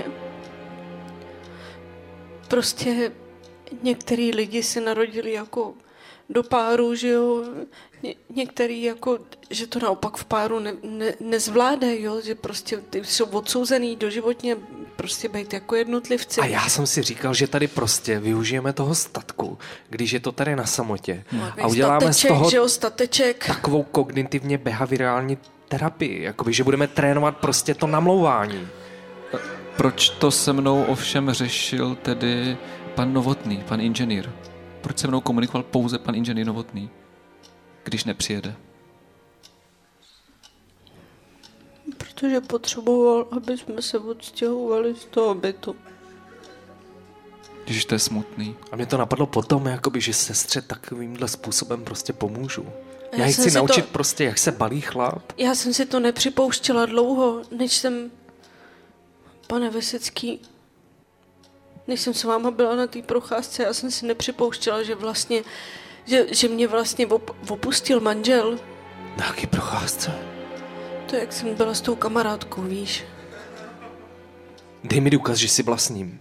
Prostě některý lidi se narodili jako do páru, že jo, Ně, některý jako, že to naopak v páru ne, ne, nezvládají, jo, že prostě ty jsou odsouzený doživotně prostě být jako jednotlivci. A já jsem si říkal, že tady prostě využijeme toho statku, když je to tady na samotě. Hmm. A uděláme stateček, z toho že jo, stateček. takovou kognitivně behaviorální terapii. Jakoby, že budeme trénovat prostě to namlouvání. Proč to se mnou ovšem řešil tedy pan Novotný, pan inženýr? Proč se mnou komunikoval pouze pan inženýr Novotný, když nepřijede? Protože potřeboval, aby jsme se odstěhovali z toho bytu. Ježiš, to je smutný. A mě to napadlo potom, jakoby, že sestře takovýmhle způsobem prostě pomůžu. Já, Já ji jsem chci si naučit to- prostě, jak se balí chlap. Já jsem si to nepřipouštěla dlouho, než jsem, pane Vesecký, než jsem s váma byla na té procházce, já jsem si nepřipouštěla, že vlastně, že, že mě vlastně op, opustil manžel. Na jaký procházce? To jak jsem byla s tou kamarádkou, víš. Dej mi důkaz, že jsi byla s ním.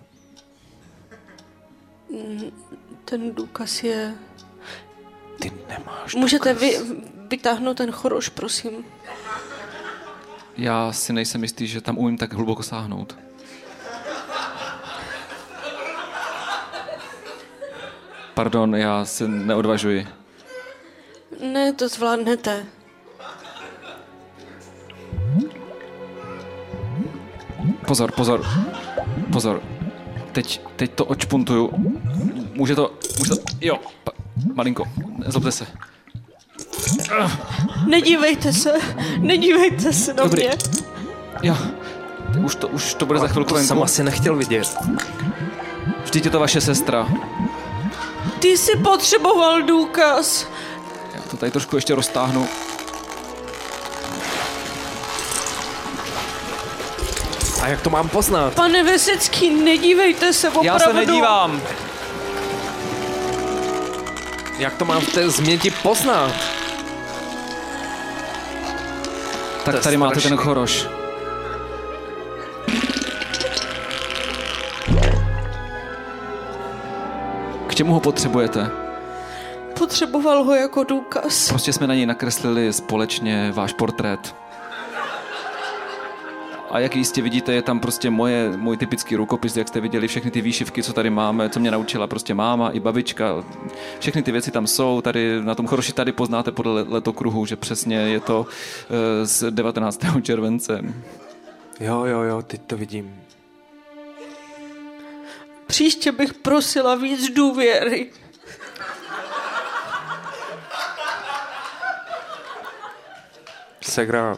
Ten důkaz je... Ty nemáš Můžete důkaz. vy, vytáhnout ten choroš, prosím. Já si nejsem jistý, že tam umím tak hluboko sáhnout. Pardon, já se neodvažuji. Ne, to zvládnete. Pozor, pozor, pozor. Teď, teď to očpuntuju. Může to, může to, jo, pa, malinko, nezlobte se. Nedívejte se, nedívejte se na Dobrý. mě. Jo, už to, už to bude za Ale chvilku to jsem venku. asi nechtěl vidět. Vždyť je to vaše sestra. Ty jsi potřeboval důkaz. Já to tady trošku ještě roztáhnu. A jak to mám poznat? Pane Vesecký, nedívejte se opravdu. Já se nedívám. Jak to mám v té změti poznat? To Tak je tady máte ten strašný. choroš. K čemu ho potřebujete? Potřeboval ho jako důkaz. Prostě jsme na něj nakreslili společně váš portrét. A jak jistě vidíte, je tam prostě moje, můj typický rukopis, jak jste viděli, všechny ty výšivky, co tady máme, co mě naučila prostě máma i babička. Všechny ty věci tam jsou, tady na tom choroši tady poznáte podle letokruhu, že přesně je to uh, z devatenáctého července. Jo, jo, jo, teď to vidím. Příště bych prosila víc důvěry. Segra.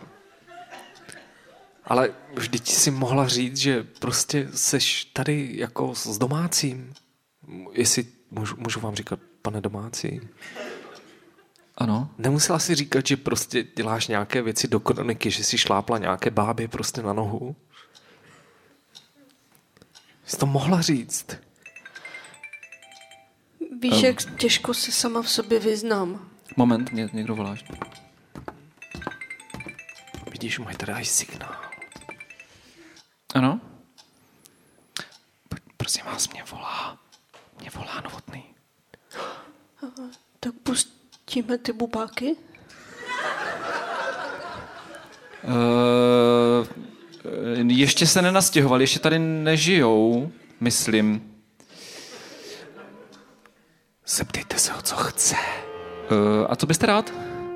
Ale vždyť si mohla říct, že prostě seš tady jako s domácím. Jestli můžu, můžu vám říkat, pane domácí. Ano. Nemusela si říkat, že prostě děláš nějaké věci do kroniky, že si šlápla nějaké bábě prostě na nohu. Jsi to mohla říct. Víš, Um. jak těžko se sama v sobě vyznám. Moment, mě někdo volá. Vidíš, mají tady aj signál. Ano? Prosím vás, mě volá. Mě volá Novotný. Tak pustíme ty bubáky? Uh, ještě se nenastěhovali, ještě tady nežijou, myslím. Zeptejte se ho, co chce. Uh, a co byste rád?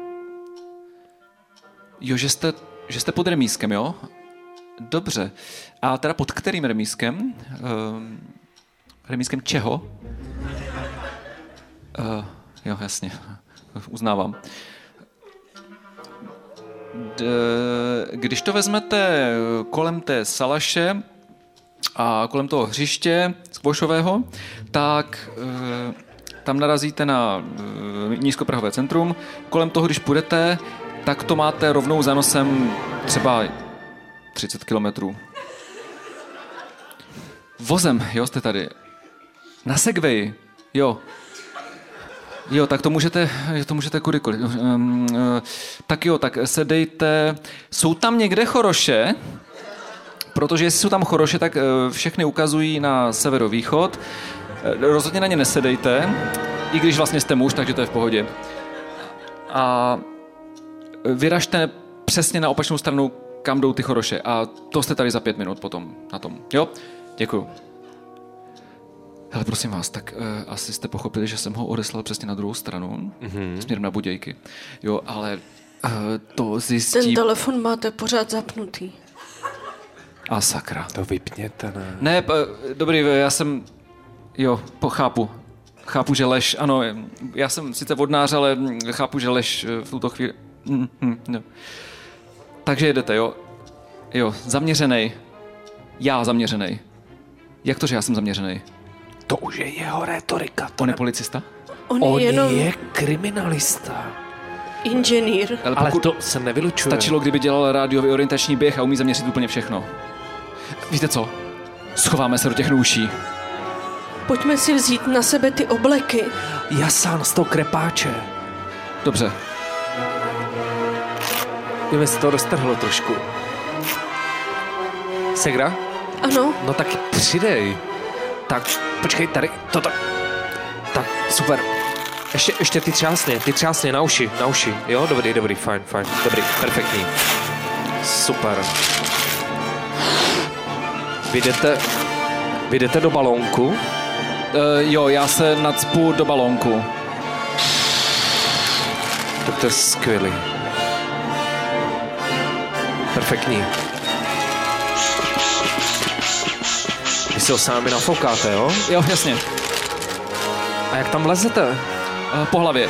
Jo, že jste, že jste pod remískem, jo? Dobře. A teda pod kterým remískem? Uh, remískem čeho? Uh, jo, jasně. Uznávám. D, když to vezmete kolem té salaše a kolem toho hřiště skvošového, tak uh, tam narazíte na uh, nízkoprahové centrum. Kolem toho, když půjdete, tak to máte rovnou za nosem třeba třicet kilometrů. Vozem, jo, jste tady. Na Segway, jo. Jo, tak to můžete, to můžete kudykoliv. Um, uh, tak jo, tak se dejte. Jsou tam někde choroše? Protože jestli jsou tam choroše, tak uh, všechny ukazují na severovýchod. Uh, rozhodně na ně nesedejte, i když vlastně jste muž, takže to je v pohodě. A vyražte přesně na opačnou stranu kam jdou ty choroše. A to jste tady za pět minut potom na tom. Jo? Děkuju. Hele, prosím vás, tak uh, asi jste pochopili, že jsem ho odeslal přesně na druhou stranu, mm-hmm. směrem na Budějky. Jo, ale uh, to zjistí... Ten telefon máte pořád zapnutý. A sakra. To vypněte, ne? Ne, p- dobrý, já jsem... Jo, pochápu. Chápu, že lež, ano, já jsem sice vodnář, ale chápu, že lež v tuto chvíli... Mm, mm, no. Takže jedete, jo? Jo, zaměřenej. Já zaměřenej. Jak to, že já jsem zaměřenej? To už je jeho rétorika. On je policista? On, On je jenom je kriminalista. inženýr. Ale, Ale pokud to se nevylučuje. stačilo, kdyby dělal rádiový orientační běh a umí zaměřit úplně všechno. Víte co? Schováme se do těch nůší. Pojďme si vzít na sebe ty obleky. Jasan z toho krepáče. Dobře. Mě mi se to roztrhlo trošku. Segra? Ano, No tak přidej. Tak, počkej, tady, to tak. Tak, super. Ještě, ještě ty třásně, ty třásně na uši, na uši. Jo, dobrý, dobrý, fajn, fajn, dobrý, perfektní. Super. Vy jdete, vy jdete do balónku? Uh, jo, já se nacpu do balónku. Tak to je skvělý. Perfektní. Vy si ho sami nafoukáte, jo? Jo, jasně. A jak tam lezete? Uh, po hlavě.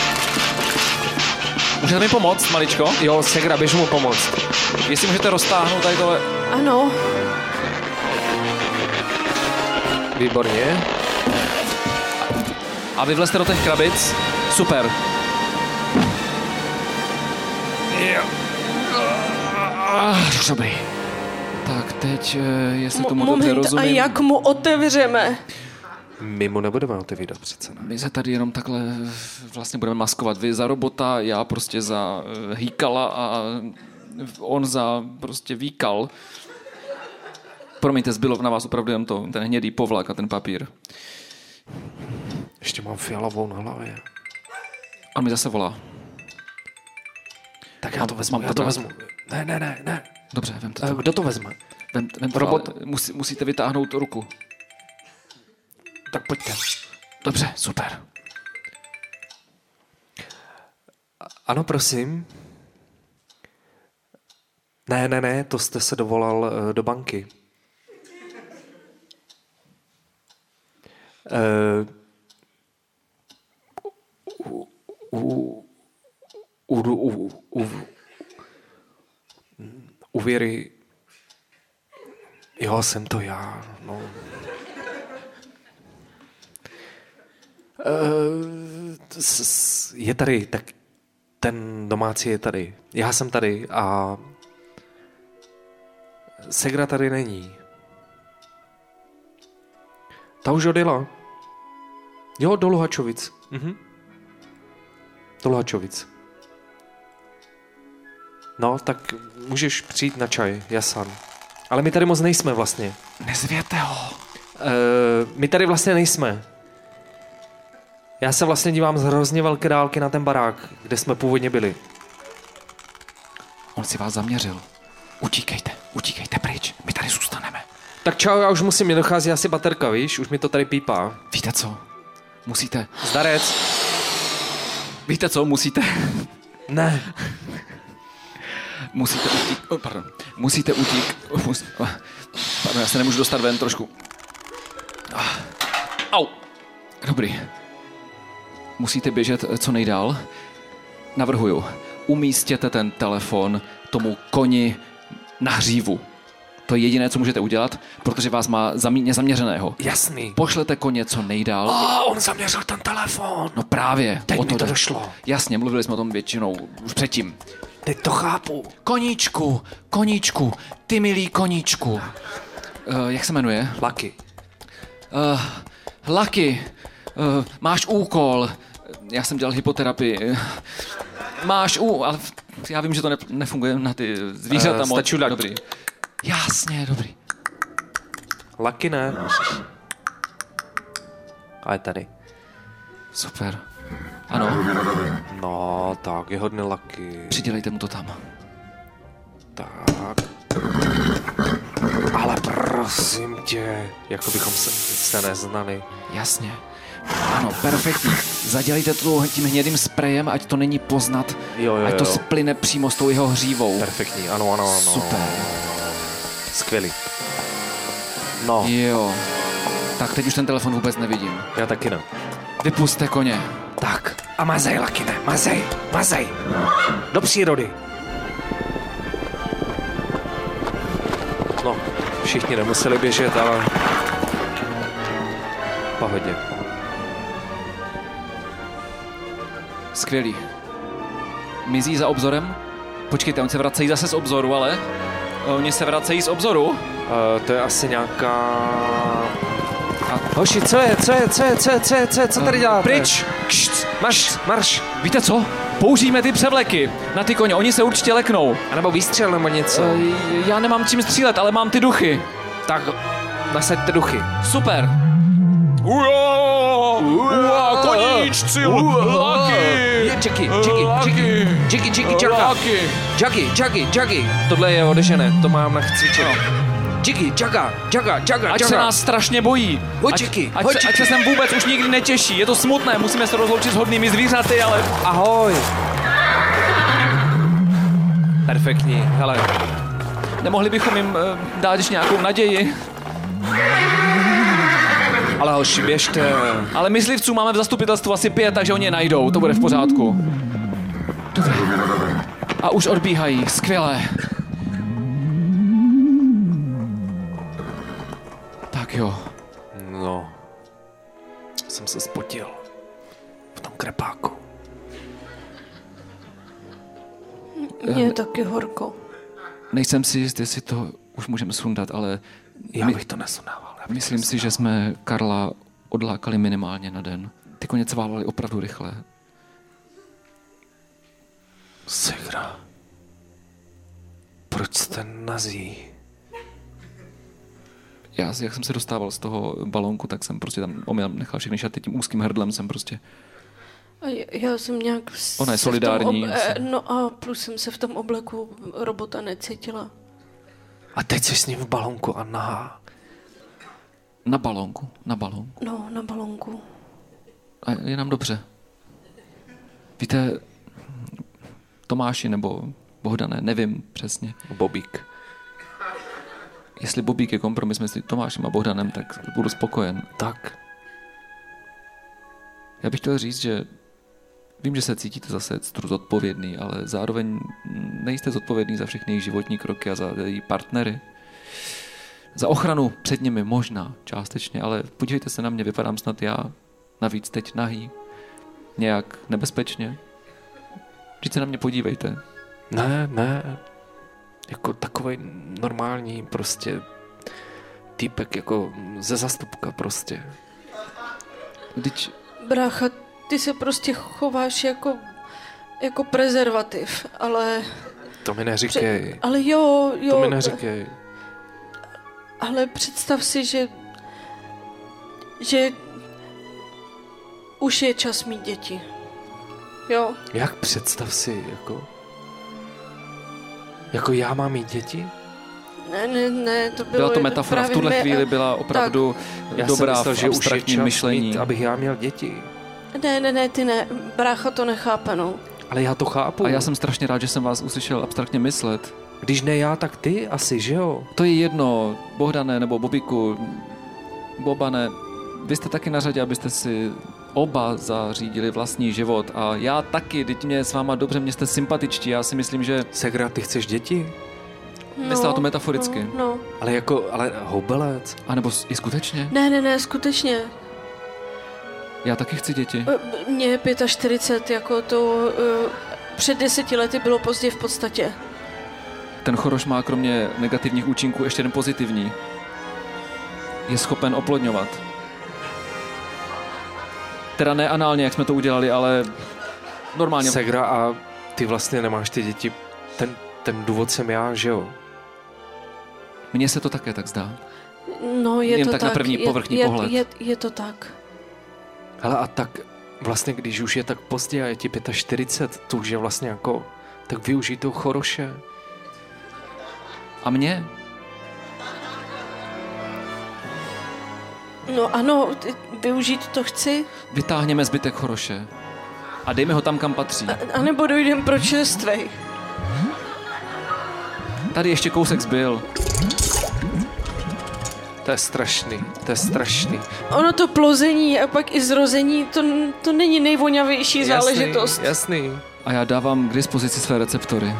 Můžete mi pomoct, maličko? Jo, Segra, běž mu pomoct. Jestli můžete roztáhnout tady tohle. ano. Výborně. A vy vlezte do těch krabic. Super. Jo. Dobrý. Tak teď, eh, jestli Mo- tomu dobře moment, rozumím. a jak mu otevřeme? My mu nebudeme otevírat přece. Ne? My se tady jenom takhle vlastně budeme maskovat. Vy za robota, já prostě za uh, hýkala a on za prostě výkal. Promiňte, zbylo na vás opravdu jen to, ten hnědý povlak a ten papír. Ještě mám fialovou na hlavě. On mi zase volá. Tak já to vezmu, mám já to to vezmu. Ne, ne, ne, ne. Dobře, vemte Eh, to. Kdo to vezme? Vem, vem to Robot. ale musí, musíte vytáhnout ruku. Tak pojďte. Dobře, super. Ano, prosím. Ne, ne, ne, to jste se dovolal uh, do banky. Uh, u, u, u, u, u, uvěry. Jo, jsem to já, no. Uh, s, s, je tady, tak ten domácí je tady. Já jsem tady a Segra tady není. Ta už odjela. Jo, do Luhačovic. Mhm. Do Luhačovic. No, tak můžeš přijít na čaj, Jasan. Ale my tady moc nejsme vlastně. Nezvěte ho. Uh, my tady vlastně nejsme. Já se vlastně dívám z hrozně velké dálky na ten barák, kde jsme původně byli. On si vás zaměřil. Utíkejte, utíkejte pryč. My tady zůstaneme. Tak čau, já už musím, mě dochází asi baterka, víš? Už mi to tady pípá. Víte co? Musíte. Zdarec. Víte co? Musíte. Ne. Musíte utík... Oh, pardon. Musíte utík... Mus... Pardon, já se nemůžu dostat ven trošku. Au. Dobrý. Musíte běžet co nejdál. Navrhuju. Umístěte ten telefon tomu koni na hřívu. To je jediné, co můžete udělat, protože vás má zamí- zaměřeného. Jasný. Pošlete koně co nejdál. Oh, on zaměřil ten telefon. No právě. Teď o mi to jde. došlo. Jasně, mluvili jsme o tom většinou už předtím. Teď to chápu. Koníčku, koníčku, ty milý koníčku. Uh, jak se jmenuje? Lucky. Uh, Lucky, uh, máš úkol. Já jsem dělal hypoterapii. Máš ú... Ale já vím, že to ne- nefunguje na ty zvířata. Uh, moc. stačí dát. Dobrý. Jasně, dobrý. Lucky ne. A je tady. Super. Ano, No, tak je hodně Lucky. přidělejte mu to tam. Tak. Ale prosím tě, jako bychom se, se neznali. Jasně. Ano, perfektní. Zadělejte to tím hnědým sprejem, ať to není poznat. Jo, jo, ať to jo. splyne přímo s tou jeho hřívou. Perfektní, ano, ano, ano. Super. Skvělý. No, Jo. Tak teď už ten telefon vůbec nevidím. já taky ne. Vypuste koně. Tak, a mazej, Lakine, mazej, mazej. Do přírody. No, všichni nemuseli běžet, ale... Pohodě. Skvělý. Mizí za obzorem? Počkejte, oni se vracejí zase z obzoru, ale... Oni se vracejí z obzoru? Uh, to je asi nějaká... A... Hoši, co je, co je, co je, co je, co je, co je, co tady děláte? Pryč! Kšt, Marš, marš. víte co? Použijeme ty převleky na ty koně, oni se určitě leknou. A nebo výstřel nebo něco. E, já nemám čím střílet, ale mám ty duchy. Tak, nasaďte duchy. Super. Ujo! Ujo, koníčci, laky! Jackie, Jackie, Jackie, Jackie, Jackie, Jackie, Jackie, Jackie, Jackie. Tohle je odežené, to mám nachcvičené. Jackie, Jacka, Jacka, Jacka, Ať se nás strašně bojí. Pojď, Ať, Jackie, ať, pojď, se, ať Jackie. se sem vůbec už nikdy netěší. Je to smutné, musíme se rozloučit s hodnými zvířaty, ale... Ahoj. Perfektní, hele. Nemohli bychom jim uh, dát ještě nějakou naději. Ale hoši, běžte. Ale myslivců máme v zastupitelstvu asi pět, takže oni je najdou, to bude v pořádku. Dobře. A už odbíhají, skvělé. Tak jo. No, jsem se spotil v tom krepáku. Mně je taky horko. Nejsem si jist, jestli to už můžeme sundat, ale Já my- bych to nesundával. já bych myslím to si, že jsme Karla odlákali minimálně na den. Ty koně cválali opravdu rychle. Segra. Proč jste nazí? Já, jak jsem se dostával z toho balónku, tak jsem prostě tam omylem nechal všechny šaty, tím úzkým hrdlem jsem prostě... A já- já jsem nějak... s- Ona je se v tom solidární, Ob... asi. eh, No a plus jsem se v tom obleku robota necítila. A teď jsi s ním v balonku a nahá. Na balónku, na balónku. No, na balonku. A je nám dobře. Víte, Tomáši nebo Bohdane, nevím přesně. Bobík. Jestli Bobík je kompromis mezi Tomášem a Bohdanem, tak budu spokojen. Tak. Já bych chtěl říct, že vím, že se cítíte zase zodpovědný, ale zároveň nejste zodpovědný za všechny jejich životní kroky a za její partnery. Za ochranu před nimi možná, částečně, ale podívejte se na mě, vypadám snad já, navíc teď nahý, nějak nebezpečně. Vždyť se na mě podívejte. Ne, ne. Jako takovej normální prostě týpek jako ze zastupka prostě. Vždyť Brácha, ty se prostě chováš jako, jako prezervativ, ale... To mi neříkej. Ale jo, jo. To mi neříkej. Ale představ si, že... že... už je čas mít děti. Jo. Jak představ si, jako... Jako já mám mít děti? Ne, ne, ne, to bylo... byla to metafora, v právě tuhle ne- chvíli byla opravdu Já dobrá jsem myslel, v že už je abstraktním čas myšlení. mít, abych já měl děti. Ne, ne, ne, ty ne. Brácha to nechápe, no. Ale já to chápu. A já jsem strašně rád, že jsem vás uslyšel abstraktně myslet. Když ne já, tak ty asi, že jo? To je jedno, Bohdane nebo Bobiku, Bobane, vy jste taky na řadě, abyste si oba zařídili vlastní život a já taky, teď mě s váma dobře, mě jste sympatičtí, já si myslím, že Segra, ty chceš děti? no myslela to metaforicky. No, no. Ale jako, ale houbelec. A nebo i skutečně, Ne, ne, ne, skutečně. já taky chci děti. E, Mně je čtyřicet pět, jako to... e, Před deseti lety bylo pozdě v podstatě. Ten choroš má kromě negativních účinků ještě jeden pozitivní. Je schopen oplodňovat. Teda ne análně, jak jsme to udělali, ale normálně. Segra, a ty vlastně nemáš ty děti. Ten, ten důvod jsem já, že jo? Mně se to také tak zdá. No, je Jen to tak tak. na první je, povrchní je, pohled. Je, je to tak. Hele, a tak vlastně, když už je tak pozdě a je ti čtyřicet pět, to už je vlastně jako, tak využij toho choroše. A mě? No ano, ty- využít to chci. Vytáhněme zbytek Choroše a dejme ho tam, kam patří. A, a nebo dojdem pro čerstvej. Tady ještě kousek zbyl. To je strašný, to je strašný. Ono to plození a pak i zrození, to, to není nejvoňavější záležitost. Jasný, jasný. A já dávám k dispozici své receptory.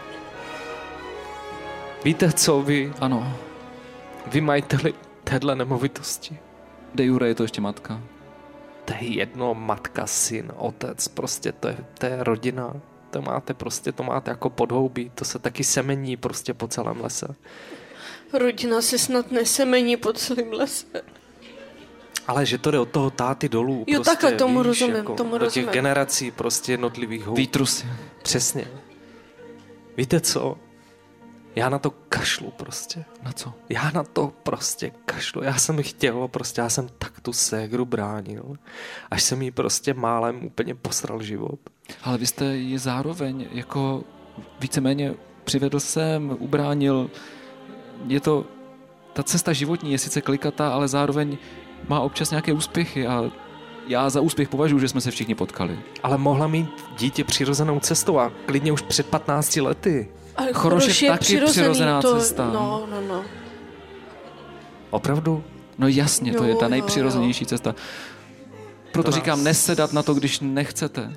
Víte co, vy, Ano, vy majiteli téhle nemovitosti? de jure je to ještě matka. To je jedno, matka, syn, otec, prostě to je, to je rodina. To máte prostě, to máte jako podhoubí, to se taky semení prostě po celém lese. Rodina se snad nesemení po celém lese. Ale že to jde od toho táty dolů. Jo, prostě, takhle, tomu víš, rozumím, jako tomu do rozumím. těch generací prostě jednotlivých houb. Výtrusy. Přesně. Víte co? Já na to kašlu prostě. Na co? Já na to prostě kašlu. Já jsem chtěl, prostě já jsem tak tu ségru bránil, až jsem jí prostě málem úplně posral život. Ale vy jste ji zároveň jako víceméně přivedl sem, ubránil. Je to, ta cesta životní je sice klikatá, ale zároveň má občas nějaké úspěchy a já za úspěch považuji, že jsme se všichni potkali. Ale mohla mít dítě přirozenou cestou a klidně už před patnácti lety. Ale Choroš je Choroš je taky přirozený, přirozená to, cesta. No, no, no. Opravdu? No jasně, to Jo, je ta jo, nejpřirozenější cesta. Proto To říkám, nás- nesedat na to, když nechcete.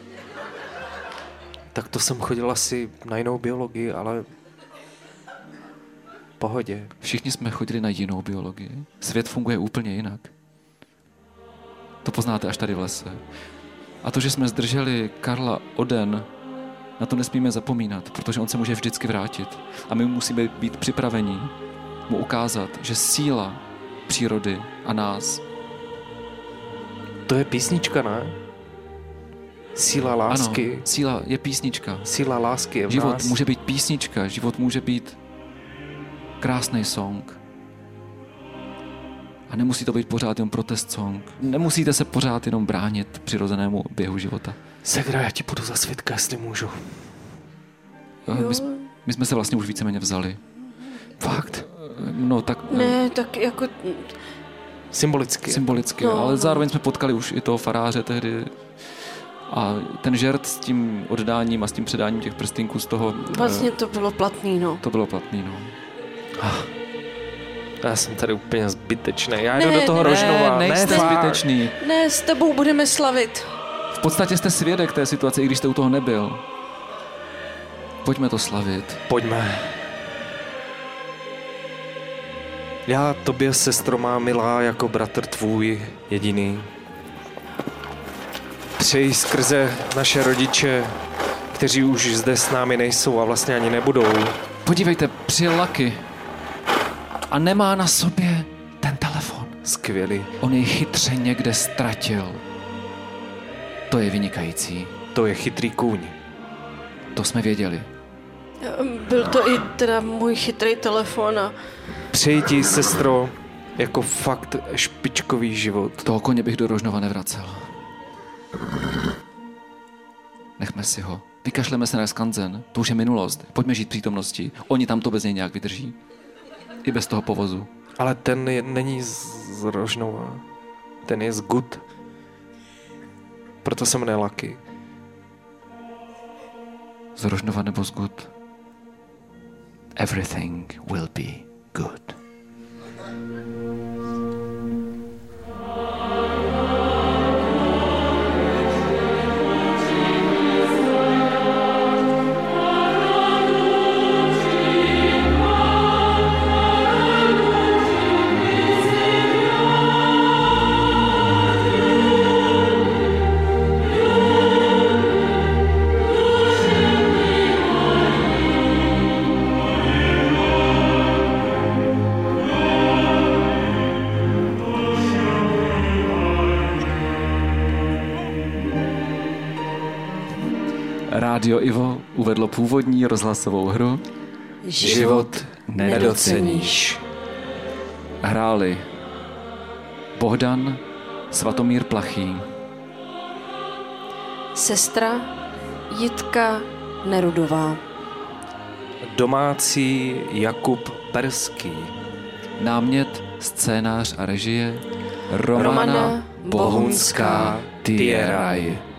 Tak to jsem chodil asi na jinou biologii, ale v pohodě. Všichni jsme chodili na jinou biologii. Svět funguje úplně jinak. To poznáte až tady v lese. A to, že jsme zdrželi Karla o den, na to nesmíme zapomínat, protože on se může vždycky vrátit. A my musíme být připraveni mu ukázat, že síla přírody a nás, To je písnička, ne? Síla lásky. ano, síla je písnička. Síla lásky je v Život nás. může být písnička, život může být krásný song. A nemusí to být pořád jenom protest song. Nemusíte se pořád jenom bránit přirozenému běhu života. Segra, já ti budu za svědka, jestli můžu. Eh, Jo. My, jsme- my jsme se vlastně už víceméně vzali. Fakt. Eh, No tak eh, Ne, tak jako... Symbolicky. symbolicky, No, ale no. zároveň jsme potkali už i toho faráře tehdy. A ten žert s tím oddáním a s tím předáním těch prstinků z toho, eh, Vlastně to bylo platný, no. to bylo platný, no. Já jsem tady úplně zbytečný. Já jdu Ne, do toho ne, Rožnova. Ne, nejste fakt. zbytečný. Ne, s tebou budeme slavit. V podstatě jste svědek té situace, i když jste u toho nebyl. Pojďme to slavit. Pojďme. Já tobě, sestro má milá, jako bratr tvůj jediný. Přeji skrze naše rodiče, kteří už zde s námi nejsou a vlastně ani nebudou. Podívejte, přijel Lucky a nemá na sobě ten telefon. Skvělý. On jej chytře někde ztratil. To je vynikající. To je chytrý kůň. To jsme věděli. Byl to i teda můj chytrý telefon a Přeji ti, sestro, jako fakt špičkový život. Toho koně bych do Rožnova nevracel. Nechme si ho. Vykašleme se na skanzen. To už je minulost. Pojďme žít přítomnosti. Oni tam to bez něj nějak vydrží. I bez toho povozu. Ale ten je, není z, z Rožnova. Ten je z Good. Proto se jmenuje Lucky. Z Rožnova nebo z Good. Everything will be good. Rádio Ivo uvedlo původní rozhlasovou hru Život nedoceníš. Hráli Bohdan Svatomír Plachý, sestra Jitka Nerudová, domácí Jakub Perský. Námět, scénář a režie Romana, Romana Bohunská Tieraj.